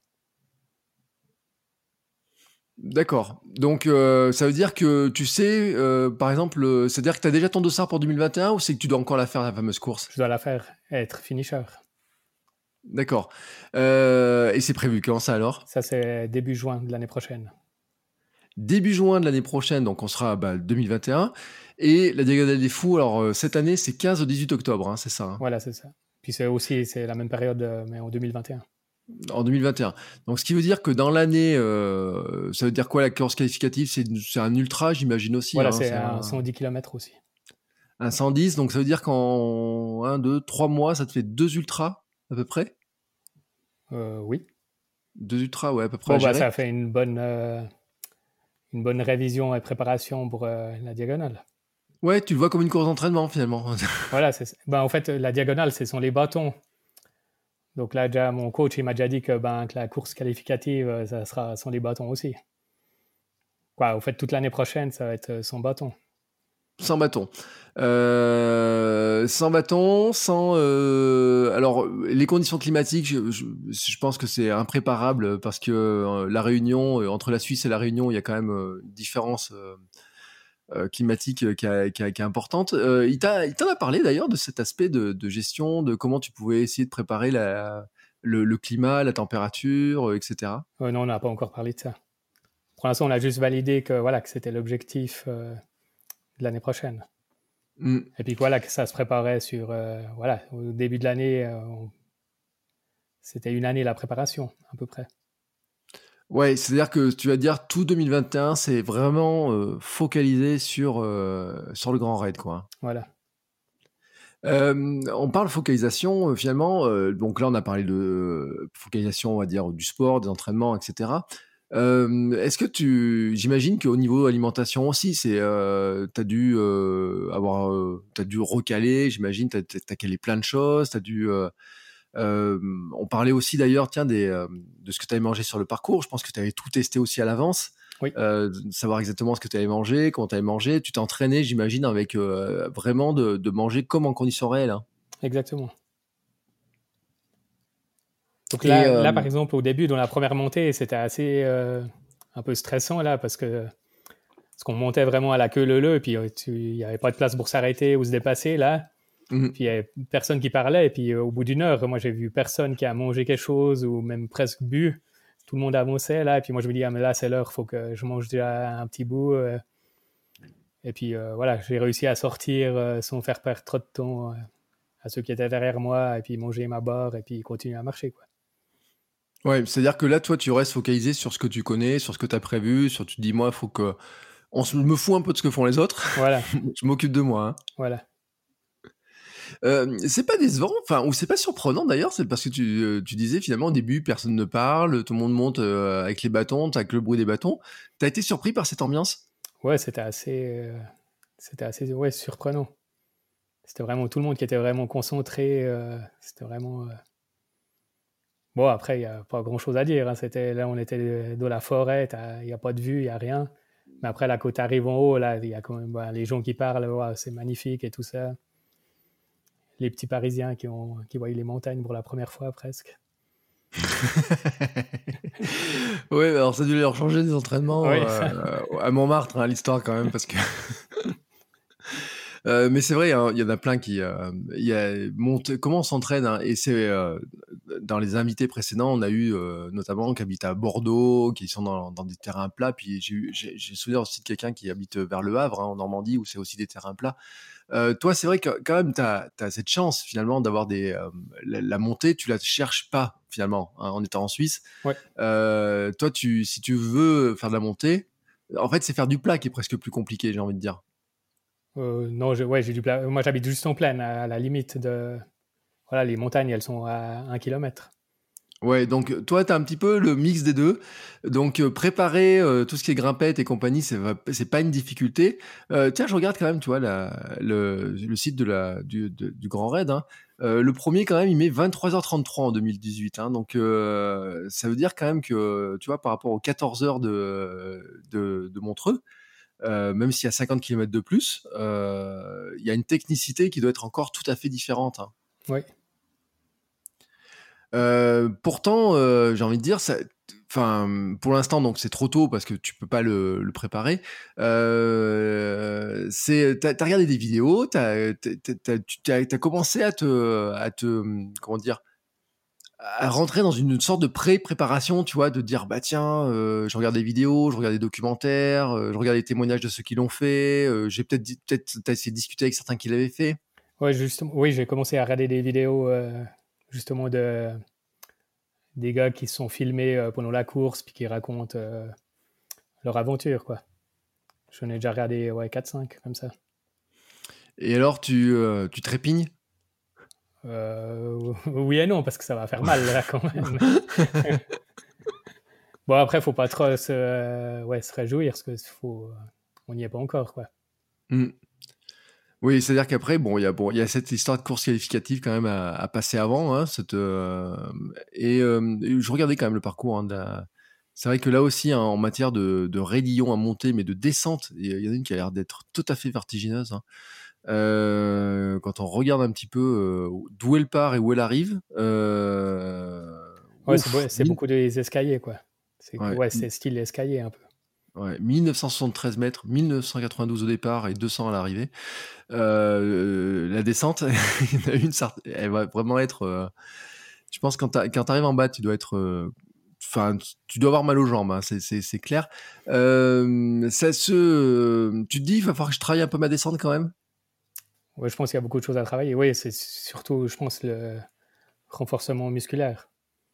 D'accord. Donc, ça veut dire que tu sais, par exemple, c'est-à-dire que tu as déjà ton dossard pour 2021 ou c'est que tu dois encore la faire, la fameuse course? Je dois la faire, être finisher. D'accord. Et c'est prévu quand ça alors? Ça, c'est début juin de l'année prochaine. Début juin de l'année prochaine, donc on sera à 2021. Et la Diagonale des Fous, alors cette année, c'est 15 au 18 octobre, hein, c'est ça, hein, Voilà, c'est ça. Puis c'est la même période, mais en 2021. en 2021. Donc, ce qui veut dire que dans l'année, ça veut dire quoi la course qualificative? C'est un ultra, j'imagine aussi, Voilà, hein, c'est c'est un 110 km aussi. un 110. Donc, ça veut dire qu'en 1, 2, 3 mois, ça te fait 2 ultras à peu près? Oui. 2 ultras, ouais, à peu près à Bon, bah, gérer. ça fait une bonne révision et préparation pour la diagonale. Ouais, tu le vois comme une course d'entraînement finalement. Voilà, en fait, la diagonale, ce sont les bâtons. Donc là, déjà, mon coach, il m'a déjà dit que la course qualificative, ça sera sans les bâtons aussi. Quoi, au fait, toute l'année prochaine, ça va être sans bâton. Sans bâton. Sans bâton, sans... Alors, les conditions climatiques, je pense que c'est impréparable parce que la Réunion, entre la Suisse et la Réunion, il y a quand même une différence climatique qui est importante. Il t'en a parlé d'ailleurs de cet aspect de gestion, de comment tu pouvais essayer de préparer le climat, la température, etc. Non, on n'a pas encore parlé de ça. Pour l'instant, on a juste validé que c'était l'objectif de l'année prochaine. Et puis que ça se préparait sur... au début de l'année, c'était une année la préparation, à peu près. Ouais, c'est-à-dire que tu vas dire tout 2021, c'est vraiment focalisé sur le Grand Raid, quoi. Voilà. On parle focalisation, finalement. Donc là, on a parlé de focalisation, on va dire, du sport, des entraînements, etc. Est-ce que j'imagine qu'au niveau alimentation aussi, t'as dû t'as dû recaler, j'imagine, t'as calé plein de choses, on parlait aussi d'ailleurs, tiens, de ce que tu avais mangé sur le parcours. Je pense que tu avais tout testé aussi à l'avance. Oui. Savoir exactement ce que tu avais mangé, comment tu avais mangé. Tu t'es entraîné, j'imagine, avec vraiment de manger comme en conditions réelles. Hein. Exactement. Donc là, par exemple, au début, dans la première montée, c'était assez un peu stressant là parce qu'on montait vraiment à la queue leu-leu et puis il n'y avait pas de place pour s'arrêter ou se dépasser là. Puis il n'y avait personne qui parlait. Et puis au bout d'une heure, moi j'ai vu personne qui a mangé quelque chose ou même presque bu. Tout le monde avançait là. Et puis moi je me dis, mais là c'est l'heure, il faut que je mange déjà un petit bout. Et puis j'ai réussi à sortir sans faire perdre trop de temps à ceux qui étaient derrière moi. Et puis manger ma barre et puis continuer à marcher, quoi. Ouais, c'est-à-dire que là, toi, tu restes focalisé sur ce que tu connais, sur ce que tu as prévu, tu te dis, moi, il faut que... me fout un peu de ce que font les autres. Voilà. Je m'occupe de moi. Hein. Voilà. C'est pas décevant, ou c'est pas surprenant d'ailleurs, c'est parce que tu disais finalement au début personne ne parle, tout le monde monte avec les bâtons, t'as que le bruit des bâtons. T'as été surpris par cette ambiance? Ouais, c'était assez surprenant. C'était vraiment tout le monde qui était vraiment concentré. C'était vraiment... Bon, après, il n'y a pas grand-chose à dire. Hein. Là, on était dans la forêt, il n'y a pas de vue, il n'y a rien. Mais après, là, quand tu arrives en haut, là, il y a quand même les gens qui parlent, c'est magnifique et tout ça. Les petits Parisiens qui voient les montagnes pour la première fois, presque. Oui, alors ça a dû leur changer des entraînements à Montmartre, hein, l'histoire quand même, parce que... mais c'est vrai, hein, il y en a plein qui montent. Comment on s'entraîne, hein, et c'est dans les invités précédents, on a eu notamment qui habitent à Bordeaux, qui sont dans des terrains plats. Puis j'ai souvenir aussi de quelqu'un qui habite vers Le Havre, hein, en Normandie, où c'est aussi des terrains plats. Toi, c'est vrai que quand même, t'as cette chance finalement d'avoir la montée, tu la cherches pas finalement, hein, en étant en Suisse. Ouais. Toi, si tu veux faire de la montée, en fait, c'est faire du plat qui est presque plus compliqué, j'ai envie de dire. Non, j'ai du plat. Moi, j'habite juste en plaine, à la limite de... Voilà, les montagnes, elles sont à 1 kilomètre. Ouais, donc toi, t'as un petit peu le mix des deux. Donc préparer tout ce qui est grimpette et compagnie, c'est pas une difficulté. Tiens, je regarde quand même, tu vois, le site du Grand Raid. Hein. Le premier, quand même, il met 23h33 en 2018. Hein, donc ça veut dire quand même que, tu vois, par rapport aux 14 heures de Montreux, même s'il y a 50 km de plus, il y a une technicité qui doit être encore tout à fait différente. Hein. Oui. Pourtant, j'ai envie de dire, pour l'instant, donc c'est trop tôt parce que tu peux pas le préparer. T'as regardé des vidéos, t'as commencé à comment dire, à rentrer dans une sorte de pré-préparation, tu vois, de dire bah tiens, je regarde des vidéos, je regarde des documentaires, je regarde des témoignages de ceux qui l'ont fait. J'ai peut-être t'as essayé de discuter avec certains qui l'avaient fait. Ouais, justement. Oui, j'ai commencé à regarder des vidéos. Justement des gars qui se sont filmés pendant la course puis qui racontent leur aventure, quoi. J'en ai déjà regardé 4-5 comme ça. Et alors tu trépignes? Oui et non, parce que ça va faire mal là quand même. Bon, après, faut pas trop se réjouir parce que on n'y est pas encore, quoi. Oui, c'est-à-dire qu'après, il y a cette histoire de course qualificative quand même à passer avant, hein, et je regardais quand même le parcours, hein, C'est vrai que là aussi, hein, en matière de raidillon à monter, mais de descente, il y en a une qui a l'air d'être tout à fait vertigineuse, hein. Quand on regarde un petit peu d'où elle part et où elle arrive, Ouais, ouf, c'est beaucoup des escaliers, quoi. ouais, C'est style escalier un peu. ouais, 1973 mètres, 1992 au départ et 200 à l'arrivée. La descente, il y en a une, elle va vraiment être. Je pense que quand t'arrives en bas, tu dois être. Enfin, tu dois avoir mal aux jambes, hein, c'est clair. Tu te dis, il va falloir que je travaille un peu ma descente quand même. Ouais, je pense qu'il y a beaucoup de choses à travailler. Oui, c'est surtout, je pense, le renforcement musculaire.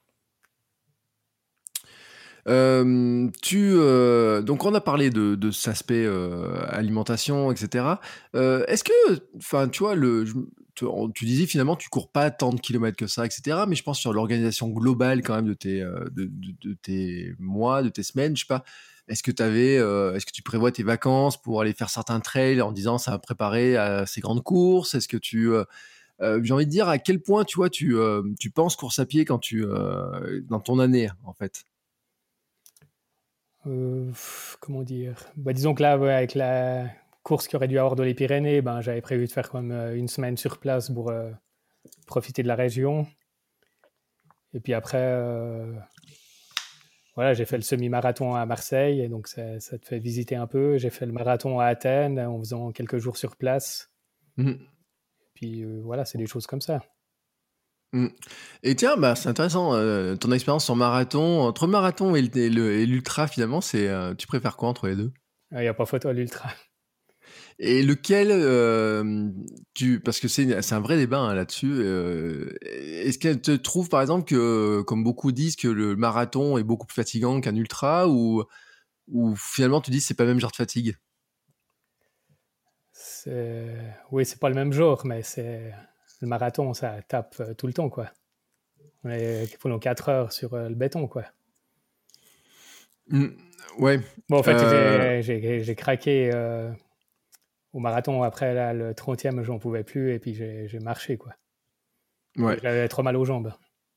Donc on a parlé de cet aspect alimentation, etc. Est-ce que, enfin, tu vois, tu disais finalement tu cours pas tant de kilomètres que ça, etc. Mais je pense sur l'organisation globale quand même de tes mois, de tes semaines, je sais pas. Est-ce que tu prévois tes vacances pour aller faire certains trails en disant ça va me préparer à ces grandes courses? Est-ce que j'ai envie de dire à quel point tu vois tu penses course à pied quand dans ton année en fait? Comment dire? Bah, disons que là, ouais, avec la course qu'il aurait dû avoir dans les Pyrénées, ben, j'avais prévu de faire quand même une semaine sur place pour profiter de la région. Et puis après, voilà, j'ai fait le semi-marathon à Marseille, et donc ça te fait visiter un peu. J'ai fait le marathon à Athènes en faisant quelques jours sur place. Mhm. Puis voilà, c'est des choses comme ça. Mm. Et tiens, bah, c'est intéressant, ton expérience en marathon, entre le marathon et l'ultra finalement, tu préfères quoi entre les deux? Il n'y a pas photo à l'ultra. Et lequel, parce que c'est un vrai débat hein, là-dessus, est-ce qu'elle te trouve par exemple que, comme beaucoup disent, que le marathon est beaucoup plus fatigant qu'un ultra ou finalement tu dis c'est pas le même genre de fatigue? Oui, c'est pas le même genre, mais le marathon, ça tape tout le temps, quoi. On est pendant 4 heures sur le béton, quoi. Mm. Ouais. Bon, en fait, Euh, j'ai craqué au marathon. Après, là, le 30e, j'en pouvais plus, et puis j'ai marché, quoi. ouais. J'avais trop mal aux jambes.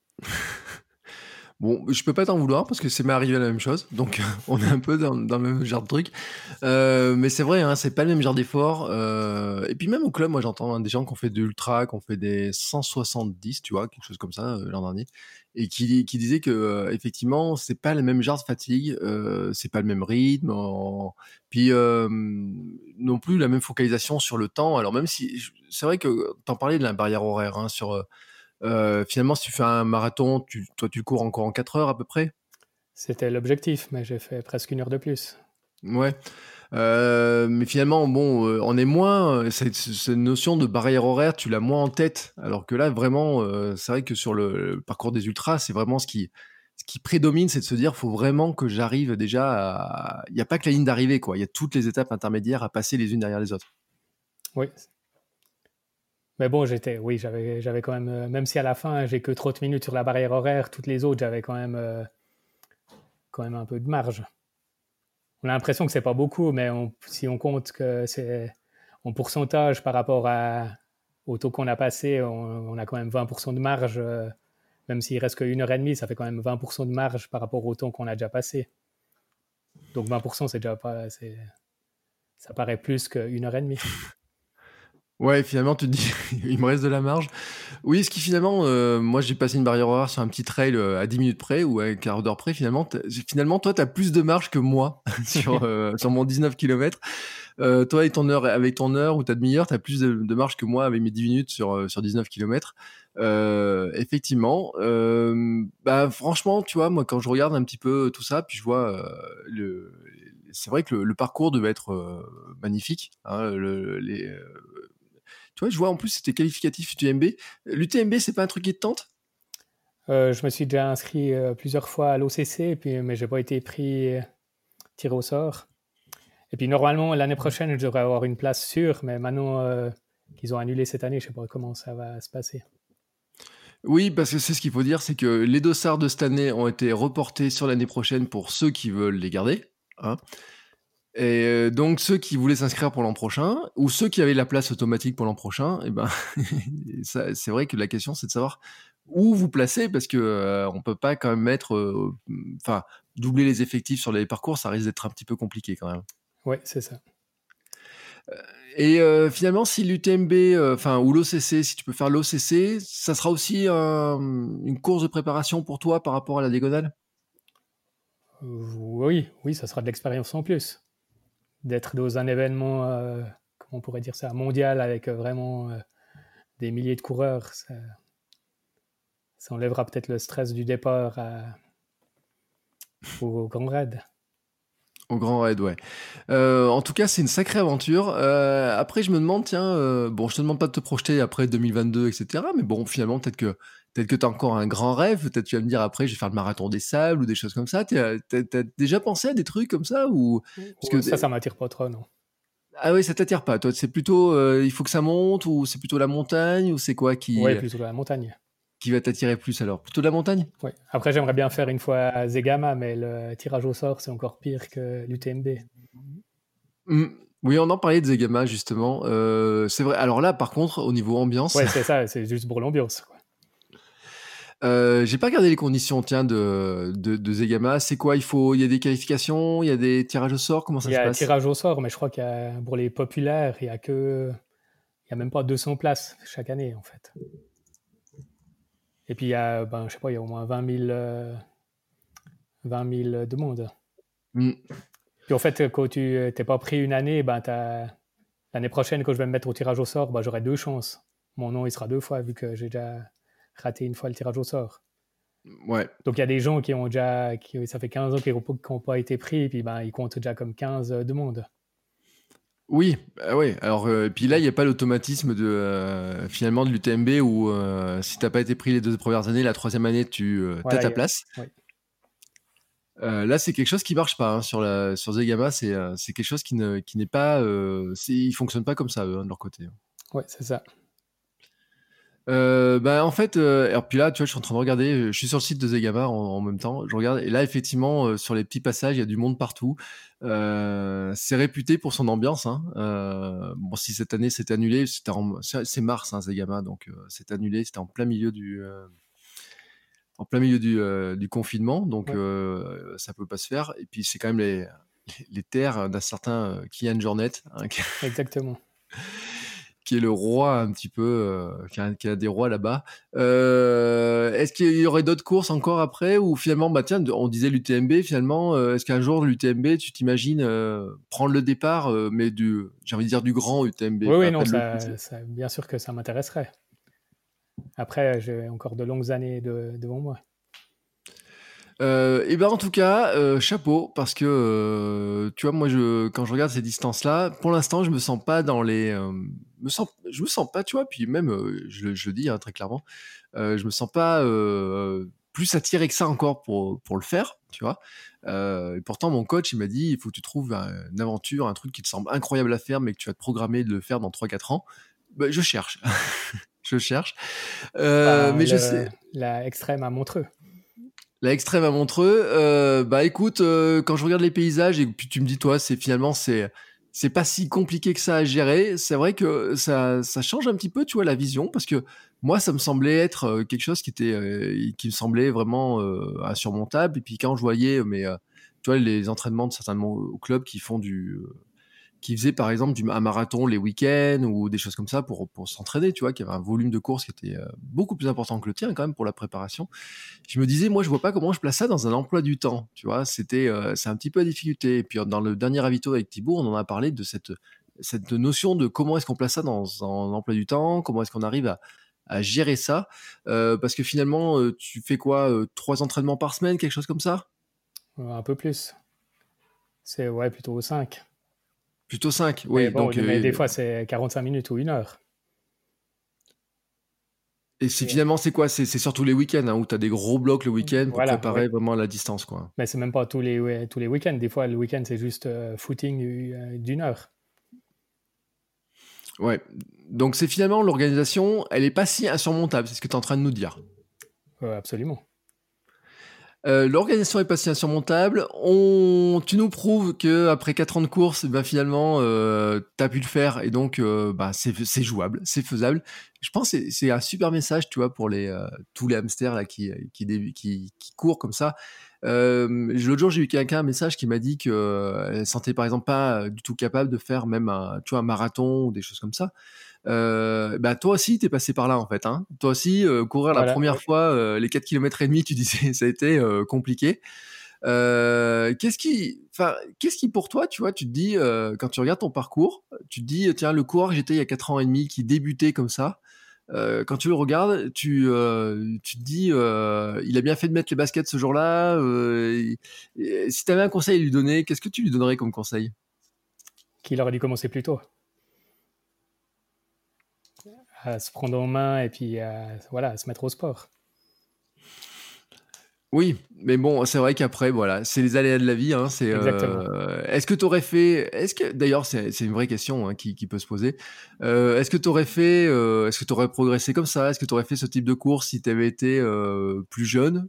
Bon, je peux pas t'en vouloir parce que c'est m'est arrivé la même chose, donc on est un peu dans le même genre de truc. Mais c'est vrai, hein, c'est pas le même genre d'effort. Et puis même au club, moi j'entends hein, des gens qui ont fait de l'ultra, qui ont fait des 170, tu vois, quelque chose comme ça l'an dernier, et qui disaient que effectivement c'est pas le même genre de fatigue, c'est pas le même rythme, puis non plus la même focalisation sur le temps. Alors même si c'est vrai que t'en parlais de la barrière horaire hein, finalement, si tu fais un marathon, toi, tu le cours encore en 4 heures à peu près? C'était l'objectif, mais j'ai fait presque 1 heure de plus. Ouais. Mais finalement, bon, on est moins. Cette notion de barrière horaire, tu l'as moins en tête. Alors que là, vraiment, c'est vrai que sur le parcours des ultras, c'est vraiment ce qui prédomine, c'est de se dire, faut vraiment que j'arrive déjà à. Il n'y a pas que la ligne d'arrivée, quoi. Il y a toutes les étapes intermédiaires à passer les unes derrière les autres. Oui. Mais bon, j'avais quand même, même si à la fin, j'ai que 30 minutes sur la barrière horaire, toutes les autres, j'avais quand même un peu de marge. On a l'impression que c'est pas beaucoup, mais si on compte que c'est en pourcentage par rapport au taux qu'on a passé, on a quand même 20% de marge. Même s'il reste que 1 heure et demie, ça fait quand même 20% de marge par rapport au temps qu'on a déjà passé. Donc 20%, c'est déjà pas. Ça paraît plus qu'1 heure et demie. Ouais, finalement, tu te dis, il me reste de la marge. Oui, ce qui finalement, moi j'ai passé une barrière horaire sur un petit trail à 10 minutes près ou à un quart d'heure près. Finalement, toi, tu as plus de marge que moi sur mon 19 km. Toi, avec ton heure ou ta demi-heure, tu as plus de marge que moi avec mes 10 minutes sur 19 km. Effectivement, bah, franchement, tu vois, moi quand je regarde un petit peu tout ça, puis je vois c'est vrai que le parcours devait être magnifique. Hein, tu vois, je vois en plus c'était qualificatif UTMB. L'UTMB, c'est pas un truc qui te tente? Je me suis déjà inscrit plusieurs fois à l'OCC, mais j'ai pas été tiré au sort. Et puis normalement, l'année prochaine, je devrais avoir une place sûre, mais maintenant qu'ils ont annulé cette année, je sais pas comment ça va se passer. Oui, parce que c'est ce qu'il faut dire, c'est que les dossards de cette année ont été reportés sur l'année prochaine pour ceux qui veulent les garder. Hein. Et donc ceux qui voulaient s'inscrire pour l'an prochain, ou ceux qui avaient la place automatique pour l'an prochain, et ben, c'est vrai que la question c'est de savoir où vous placez, parce que on peut pas quand même doubler les effectifs sur les parcours, ça risque d'être un petit peu compliqué quand même. Oui, c'est ça. Et finalement, si l'UTMB, ou l'OCC, si tu peux faire l'OCC, ça sera aussi une course de préparation pour toi par rapport à la diagonale? Oui, ça sera de l'expérience en plus. D'être dans un événement, comment on pourrait dire ça, mondial, avec vraiment des milliers de coureurs, ça enlèvera peut-être le stress du départ au Grand Raid. Au Grand Raid, ouais. En tout cas, c'est une sacrée aventure. Après, je me demande, tiens, je te demande pas de te projeter après 2022, etc. Mais bon, finalement, peut-être que tu as encore un grand rêve. Peut-être tu vas me dire après, je vais faire le marathon des sables ou des choses comme ça. T'as déjà pensé à des trucs comme ça ou... Parce que Ça m'attire pas trop, non. Ah oui, ça t'attire pas. Toi, c'est plutôt, il faut que ça monte ou c'est plutôt la montagne ou c'est quoi Oui, plutôt la montagne. qui va t'attirer plus alors? Plutôt la montagne? Ouais. Après, j'aimerais bien faire une fois Zegama, mais le tirage au sort, c'est encore pire que l'UTMB. Oui, on en parlait de Zegama justement. C'est vrai. Alors là, par contre, au niveau ambiance, Ouais, c'est ça, c'est juste pour l'ambiance, quoi. j'ai pas regardé les conditions, tiens, de Zegama. C'est quoi? Il y a des qualifications, il y a des tirages au sort. Comment ça Il y se a un passe? tirage au sort, mais je crois pour les populaires, il y a même pas 200 places chaque année, en fait. Et puis, il y a, je sais pas, il y a au moins 20 000 demandes. Mm. Puis, en fait, quand tu t'es pas pris une année, l'année prochaine, quand je vais me mettre au tirage au sort, j'aurai 2 chances. Mon nom, il sera 2 fois, vu que j'ai déjà raté une fois le tirage au sort. Ouais. Donc, il y a des gens ça fait 15 ans qui n'ont pas été pris, et puis ils comptent déjà comme 15 demandes. Oui, oui. Alors, puis là, il n'y a pas l'automatisme finalement de l'UTMB où si t'as pas été pris les 2 premières années, la 3e année, tu Voilà, t'as ta place. Oui. Là, c'est quelque chose qui marche pas hein, sur Zegama. C'est quelque chose qui n'est pas. Ils fonctionnent pas comme ça eux, hein, de leur côté. Oui, c'est ça. En fait, alors puis là, tu vois, je suis en train de regarder. Je suis sur le site de Zegama en même temps. Je regarde et là, effectivement, sur les petits passages, il y a du monde partout. C'est réputé pour son ambiance. Hein. Bon, si cette année c'est annulé, c'est mars, hein, Zegama, donc c'est annulé. C'était en plein milieu du confinement, donc ça peut pas se faire. Et puis c'est quand même les terres d'un certain Kylian Jornet, hein, Exactement. qui est le roi un petit peu, qui a des rois là-bas. Est-ce qu'il y aurait d'autres courses encore après ou finalement, tiens, on disait l'UTMB finalement, est-ce qu'un jour l'UTMB, tu t'imagines prendre le départ, mais j'ai envie de dire du grand UTMB? Oui, non, bien sûr que ça m'intéresserait. Après, j'ai encore de longues années devant moi. En tout cas, chapeau, parce que tu vois, moi, quand je regarde ces distances-là, pour l'instant, je me sens pas dans je me sens pas, tu vois, puis même, je le dis hein, très clairement, je me sens pas plus attiré que ça encore pour le faire, tu vois. Et pourtant, mon coach, il m'a dit, il faut que tu trouves une aventure, un truc qui te semble incroyable à faire, mais que tu vas te programmer de le faire dans 3-4 ans. Je cherche. Je cherche. Mais je sais. La extrême à Montreux. La extrême à Montreux, écoute, quand je regarde les paysages et puis tu me dis, toi, c'est pas si compliqué que ça à gérer. C'est vrai que ça change un petit peu, tu vois, la vision, parce que moi, ça me semblait être quelque chose qui me semblait vraiment insurmontable. Et puis quand je voyais, tu vois, les entraînements de certains clubs qui faisaient par exemple un marathon les week-ends ou des choses comme ça pour s'entraîner, tu vois, qui avait un volume de course qui était beaucoup plus important que le tien quand même pour la préparation. Je me disais, moi, je vois pas comment je place ça dans un emploi du temps, tu vois, c'est un petit peu la difficulté. Et puis dans le dernier ravito avec Thibaut, on en a parlé de cette notion de comment est-ce qu'on place ça dans un emploi du temps, comment est-ce qu'on arrive à gérer ça, parce que finalement, tu fais quoi, 3 entraînements par semaine, quelque chose comme ça? Un peu plus. C'est plutôt 5. Plutôt 5, oui. Mais des fois, c'est 45 minutes ou 1 heure. Et finalement, c'est quoi? C'est surtout les week-ends hein, où tu as des gros blocs le week-end pour préparer vraiment la distance, quoi. Mais c'est même pas tous les week-ends. Des fois, le week-end, c'est juste footing d'1 heure. Ouais. Donc, c'est finalement l'organisation, elle est pas si insurmontable, c'est ce que tu es en train de nous dire. Absolument. L'organisation est passée insurmontable. Tu nous prouves que après 4 ans de course, ben finalement, t'as pu le faire et donc, c'est jouable, c'est faisable. Je pense que c'est un super message, tu vois, pour tous les hamsters là qui courent comme ça. L'autre jour, j'ai eu un message qui m'a dit que elle sentait par exemple pas du tout capable de faire même un marathon ou des choses comme ça. Toi aussi, t'es passé par là en fait. Hein. Toi aussi, courir la Voilà, première oui. fois les 4 km et demi, tu disais, ça a été compliqué. Qu'est-ce qui pour toi, tu vois, tu te dis quand tu regardes ton parcours, tu te dis tiens le coureur que j'étais il y a 4 ans et demi qui débutait comme ça. Quand tu le regardes, tu te dis il a bien fait de mettre les baskets ce jour-là. Si tu avais un conseil à lui donner, qu'est-ce que tu lui donnerais comme conseil? Qu'il aurait dû commencer plus tôt, à se prendre en main et puis à se mettre au sport. Oui, mais bon, c'est vrai qu'après, voilà, c'est les aléas de la vie. Hein, Exactement. est-ce que tu aurais fait... D'ailleurs, c'est une vraie question hein, qui peut se poser. Est-ce que tu aurais fait... est-ce que tu aurais progressé comme ça? Est-ce que tu aurais fait ce type de course si tu avais été plus jeune?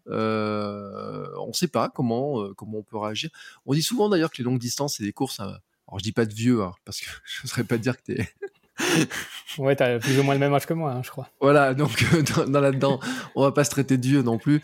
On ne sait pas comment on peut réagir. On dit souvent d'ailleurs que les longues distances, c'est des courses... alors, je dis pas de vieux, hein, parce que je ne saurais pas te dire que t'es... Ouais, t'as plus ou moins le même âge que moi, je crois. Voilà, donc dans là-dedans, on va pas se traiter de vieux non plus.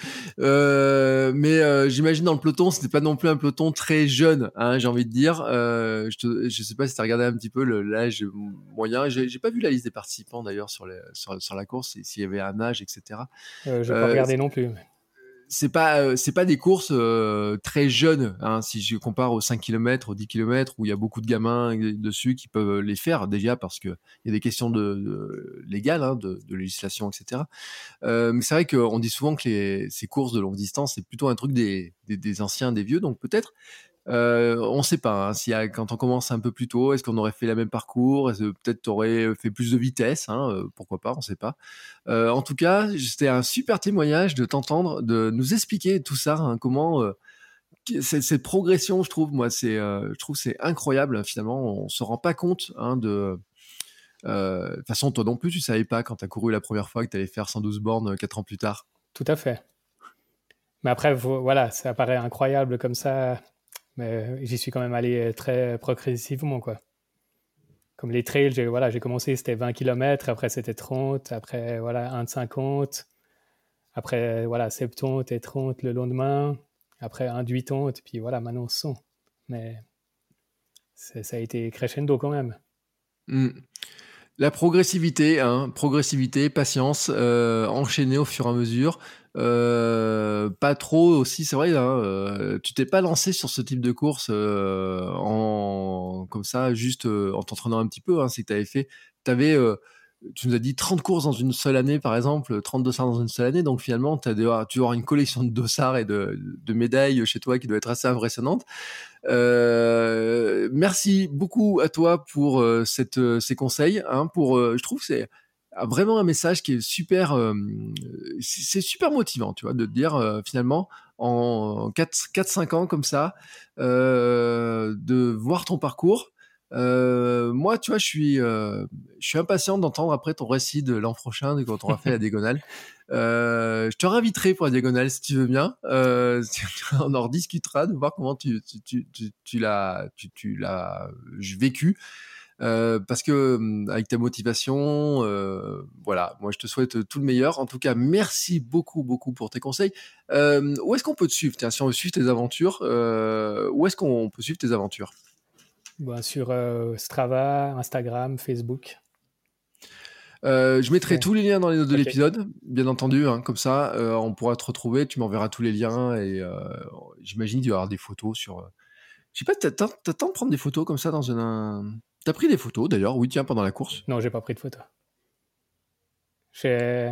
Mais j'imagine dans le peloton, c'était pas non plus un peloton très jeune, hein, j'ai envie de dire. Je sais pas si tu as regardé un petit peu l'âge moyen. J'ai pas vu la liste des participants d'ailleurs sur la course, s'il y avait un âge, etc. Je n'ai pas Euh, regardé non plus. c'est pas des courses très jeunes, hein, si je compare aux 5 km, aux 10 km, où il y a beaucoup de gamins dessus qui peuvent les faire, déjà parce qu'il y a des questions légales, hein, de législation, etc. Mais c'est vrai qu'on dit souvent que ces courses de longue distance, c'est plutôt un truc des anciens, des vieux, donc peut-être on ne sait pas hein, quand on commence un peu plus tôt, est-ce qu'on aurait fait le même parcours? Est-ce que peut-être tu aurais fait plus de vitesse hein, pourquoi pas, on ne sait pas. En tout cas, c'était un super témoignage de t'entendre, de nous expliquer tout ça, hein, comment cette progression, je trouve, moi, je trouve que c'est incroyable. Finalement, on se rend pas compte hein, de toute façon, toi non plus, tu savais pas quand tu as couru la première fois que tu allais faire 112 bornes 4 ans plus tard. Tout à fait. Mais après, voilà, ça paraît incroyable comme ça, mais j'y suis quand même allé très progressivement, quoi. Comme les trails, j'ai commencé, c'était 20 km, après c'était 30, après, voilà, 1 de 50, après, voilà, 70 et 30 le lendemain, après 1 de 80, et puis voilà, maintenant 100. Mais ça a été crescendo quand même. Mm. La progressivité, hein, patience, enchaîner au fur et à mesure. Pas trop aussi, c'est vrai. Hein, tu t'es pas lancé sur ce type de course comme ça, juste en t'entraînant un petit peu. Hein, c'est que t'avais, tu nous as dit 30 courses dans une seule année, par exemple, 30 dossards dans une seule année. Donc finalement, tu dois avoir une collection de dossards et de médailles chez toi qui doit être assez impressionnante. Merci beaucoup à toi pour ces conseils. Hein, je trouve que c'est vraiment un message qui est super, c'est super motivant, tu vois, de te dire finalement en 4-5 ans comme ça, de voir ton parcours. Moi, tu vois, je suis impatient d'entendre après ton récit de l'an prochain, de quand on aura fait la diagonale. Je te réinviterai pour la diagonale si tu veux bien. On en rediscutera de voir comment tu l'as vécu. Parce que avec ta motivation, voilà, moi je te souhaite tout le meilleur. En tout cas, merci beaucoup pour tes conseils. Où est-ce qu'on peut te suivre? Tiens, si on veut suivre tes aventures, où est-ce qu'on peut suivre tes aventures? Bon, sur Strava, Instagram, Facebook. Je mettrai Ouais. tous les liens dans les notes de Ok. l'épisode, bien entendu, hein, comme ça on pourra te retrouver, tu m'enverras tous les liens et j'imagine qu'il va y avoir des photos sur... Je sais pas, t'as le temps de prendre des photos comme ça dans un... T'as pris des photos d'ailleurs, oui tiens, pendant la course. Non, j'ai pas pris de photo. J'ai-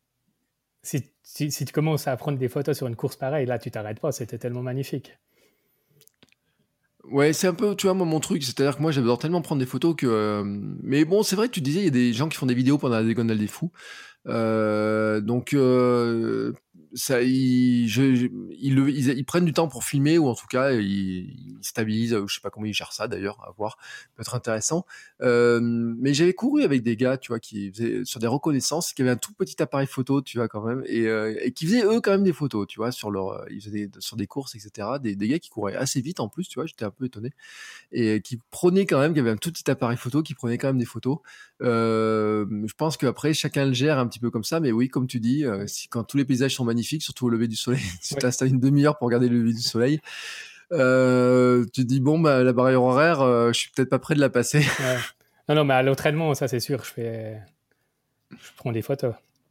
Si tu commences à prendre des photos sur une course pareille, là, tu t'arrêtes pas. C'était tellement magnifique. Ouais, c'est un peu, tu vois, moi, mon truc, c'est-à-dire que moi, j'adore tellement prendre des photos que... Mais bon, c'est vrai que tu disais, il y a des gens qui font des vidéos pendant la diagonale des fous. Donc, ça, ils prennent du temps pour filmer ou en tout cas ils stabilisent. Je sais pas comment ils gèrent ça d'ailleurs, à voir, peut être intéressant. Mais j'avais couru avec des gars, tu vois, qui faisaient sur des reconnaissances, qui avaient un tout petit appareil photo, tu vois, quand même, et qui faisaient eux quand même des photos, tu vois, sur ils faisaient sur des courses, etc. Des gars qui couraient assez vite en plus, tu vois, j'étais un peu étonné et qui prenaient quand même, qui avaient un tout petit appareil photo, qui prenaient quand même des photos. Je pense qu'après chacun le gère un petit peu comme ça, mais oui, comme tu dis, quand tous les paysages sont magnifiques, surtout au lever du soleil, tu Ouais. t'installes une demi-heure pour regarder le lever du soleil. Tu te dis bon, bah la barrière horaire, je suis peut-être pas prêt de la passer. Ouais. Non, mais à l'entraînement, ça c'est sûr, je prends des photos.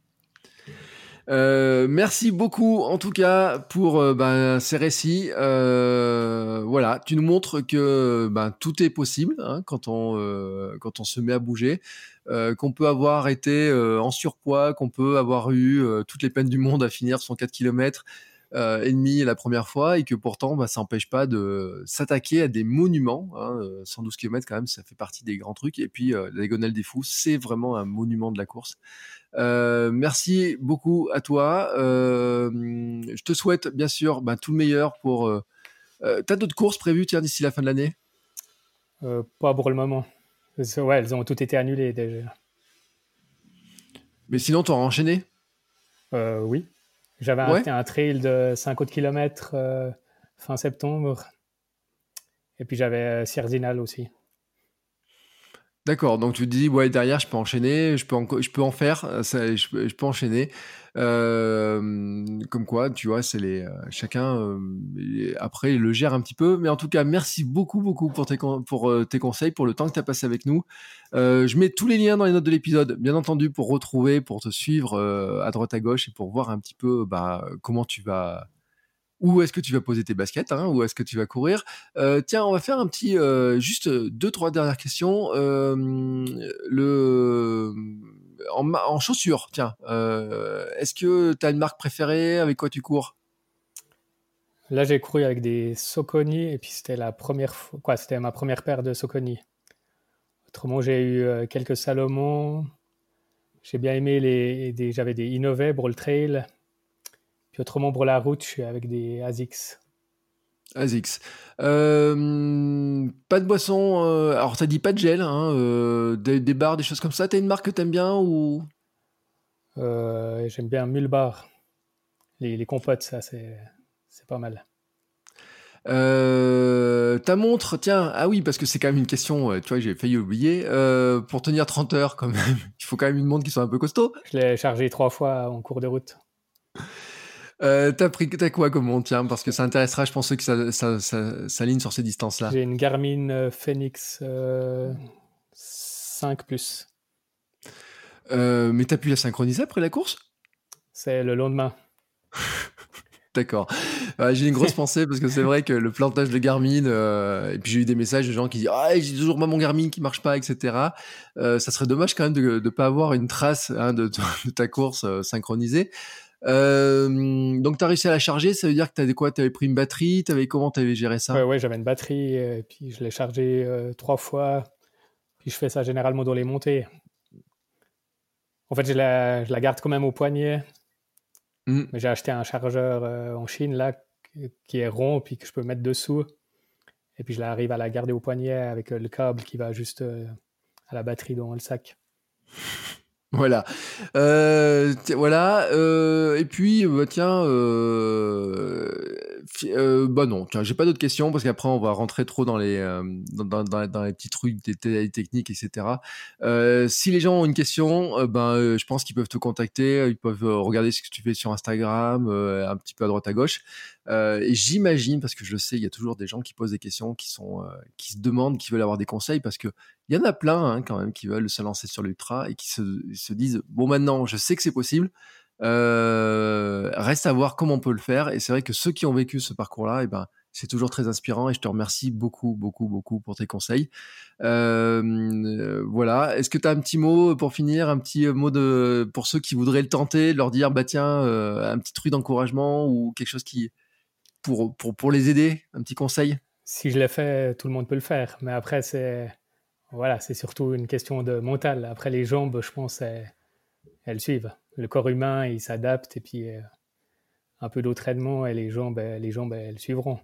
Merci beaucoup en tout cas pour ces récits. Voilà, tu nous montres que tout est possible hein, quand on se met à bouger, qu'on peut avoir été en surpoids, qu'on peut avoir eu toutes les peines du monde à finir son 4 km et demi la première fois et que pourtant ça n'empêche pas de s'attaquer à des monuments. 112 km quand même, ça fait partie des grands trucs. Et puis la Diagonale des Fous, c'est vraiment un monument de la course. Merci beaucoup à toi. Je te souhaite bien sûr tout le meilleur pour. T'as d'autres courses prévues d'ici la fin de l'année? Pas pour le moment. Ouais, elles ont toutes été annulées déjà. Mais sinon, t'auras enchaîné? Oui. J'avais Ouais. un trail de 50 km fin septembre. Et puis j'avais Sierzinal aussi. D'accord, donc tu te dis, ouais, derrière, je peux enchaîner, je peux en faire, je peux enchaîner. Comme quoi, tu vois, c'est chacun, après, il le gère un petit peu. Mais en tout cas, merci beaucoup, beaucoup pour tes conseils, pour le temps que tu as passé avec nous. Je mets tous les liens dans les notes de l'épisode, bien entendu, pour te suivre à droite à gauche et pour voir un petit peu comment tu vas. Où est-ce que tu vas poser tes baskets, hein, où est-ce que tu vas courir. Tiens, on va faire un petit, juste 2-3 dernières questions. En chaussures, tiens, est-ce que tu as une marque préférée? Avec quoi tu cours? Là, j'ai couru avec des Saucony et puis c'était c'était ma première paire de Saucony. Autrement, j'ai eu quelques Salomon. J'ai bien aimé j'avais des Inové pour le trail. Puis autrement, pour la route, je suis avec des ASICS. ASICS. Pas de boisson. Alors, t'as dit pas de gel, hein, des bars, des choses comme ça. T'as une marque que t'aimes bien ou? J'aime bien Mulbar. Les compotes, ça, c'est pas mal. Ta montre, tiens, ah oui, parce que c'est quand même une question, tu vois, j'ai failli oublier. Pour tenir 30 heures, quand même, il faut quand même une montre qui soit un peu costaud. Je l'ai chargée 3 fois en cours de route. T'as quoi comme montre, tiens, parce que ça intéressera, je pense, ceux qui s'alignent sur ces distances-là. J'ai une Garmin Fenix 5+. Mais t'as pu la synchroniser après la course? C'est le lendemain. D'accord. J'ai une grosse pensée parce que c'est vrai que le plantage de Garmin, et puis j'ai eu des messages de gens qui disent ah j'ai toujours mon Garmin qui marche pas, etc. Ça serait dommage quand même de pas avoir une trace hein, de ta course synchronisée. Donc t'as réussi à la charger, ça veut dire que t'avais pris une batterie, comment t'avais géré ça? Ouais, j'avais une batterie, et puis je l'ai chargée 3 fois. Puis je fais ça généralement dans les montées. En fait, je la garde quand même au poignet. Mais j'ai acheté un chargeur en Chine là qui est rond puis que je peux mettre dessous. Et puis je arrive à la garder au poignet avec le câble qui va juste à la batterie dans le sac. Voilà. Voilà. Et puis, tiens, non, tiens, j'ai pas d'autres questions parce qu'après on va rentrer trop dans les dans les petits trucs des techniques, etc. Si les gens ont une question, je pense qu'ils peuvent te contacter, ils peuvent regarder ce que tu fais sur Instagram, un petit peu à droite à gauche. Et j'imagine, parce que je le sais, il y a toujours des gens qui posent des questions, qui se demandent, qui veulent avoir des conseils, parce que il y en a plein hein, quand même qui veulent se lancer sur l'ultra et qui se disent bon maintenant je sais que c'est possible, reste à voir comment on peut le faire. Et c'est vrai que ceux qui ont vécu ce parcours-là, c'est toujours très inspirant et je te remercie beaucoup beaucoup beaucoup pour tes conseils. Voilà, est-ce que tu as un petit mot pour finir, un petit mot pour ceux qui voudraient le tenter, de leur dire tiens un petit truc d'encouragement ou quelque chose qui pour les aider, un petit conseil? Si je l'ai fait, tout le monde peut le faire. Mais après, c'est surtout une question de mental. Après, les jambes, je pense, elles suivent. Le corps humain, il s'adapte. Et puis, un peu d'entraînement et les gens elles suivront.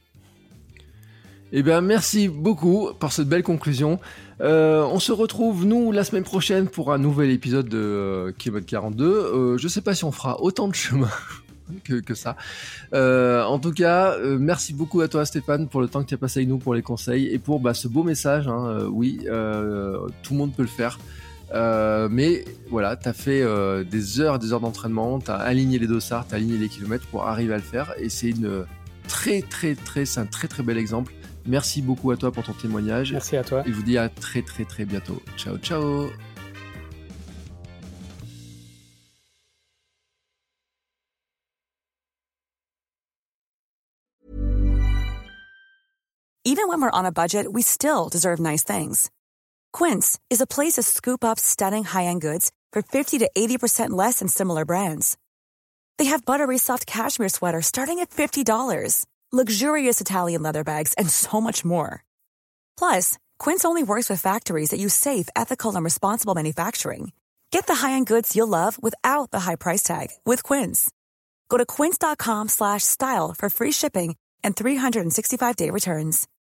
Eh bien, merci beaucoup pour cette belle conclusion. On se retrouve, nous, la semaine prochaine pour un nouvel épisode de Kilomètre 42. Je sais pas si on fera autant de chemin que ça. En tout cas, merci beaucoup à toi, Stéphane, pour le temps que tu as passé avec nous, pour les conseils et pour ce beau message. Oui, tout le monde peut le faire. Mais voilà, tu as fait des heures et des heures d'entraînement, tu as aligné les dossards, tu as aligné les kilomètres pour arriver à le faire. Et c'est c'est un très bel exemple. Merci beaucoup à toi pour ton témoignage. Merci à toi. Et je vous dis à très bientôt. Ciao, ciao. Even when we're on a budget, we still deserve nice things. Quince is a place to scoop up stunning high-end goods for 50 to 80% less than similar brands. They have buttery soft cashmere sweaters starting at $50, luxurious Italian leather bags, and so much more. Plus, Quince only works with factories that use safe, ethical, and responsible manufacturing. Get the high-end goods you'll love without the high price tag with Quince. Go to quince.com/style for free shipping and 365-day returns.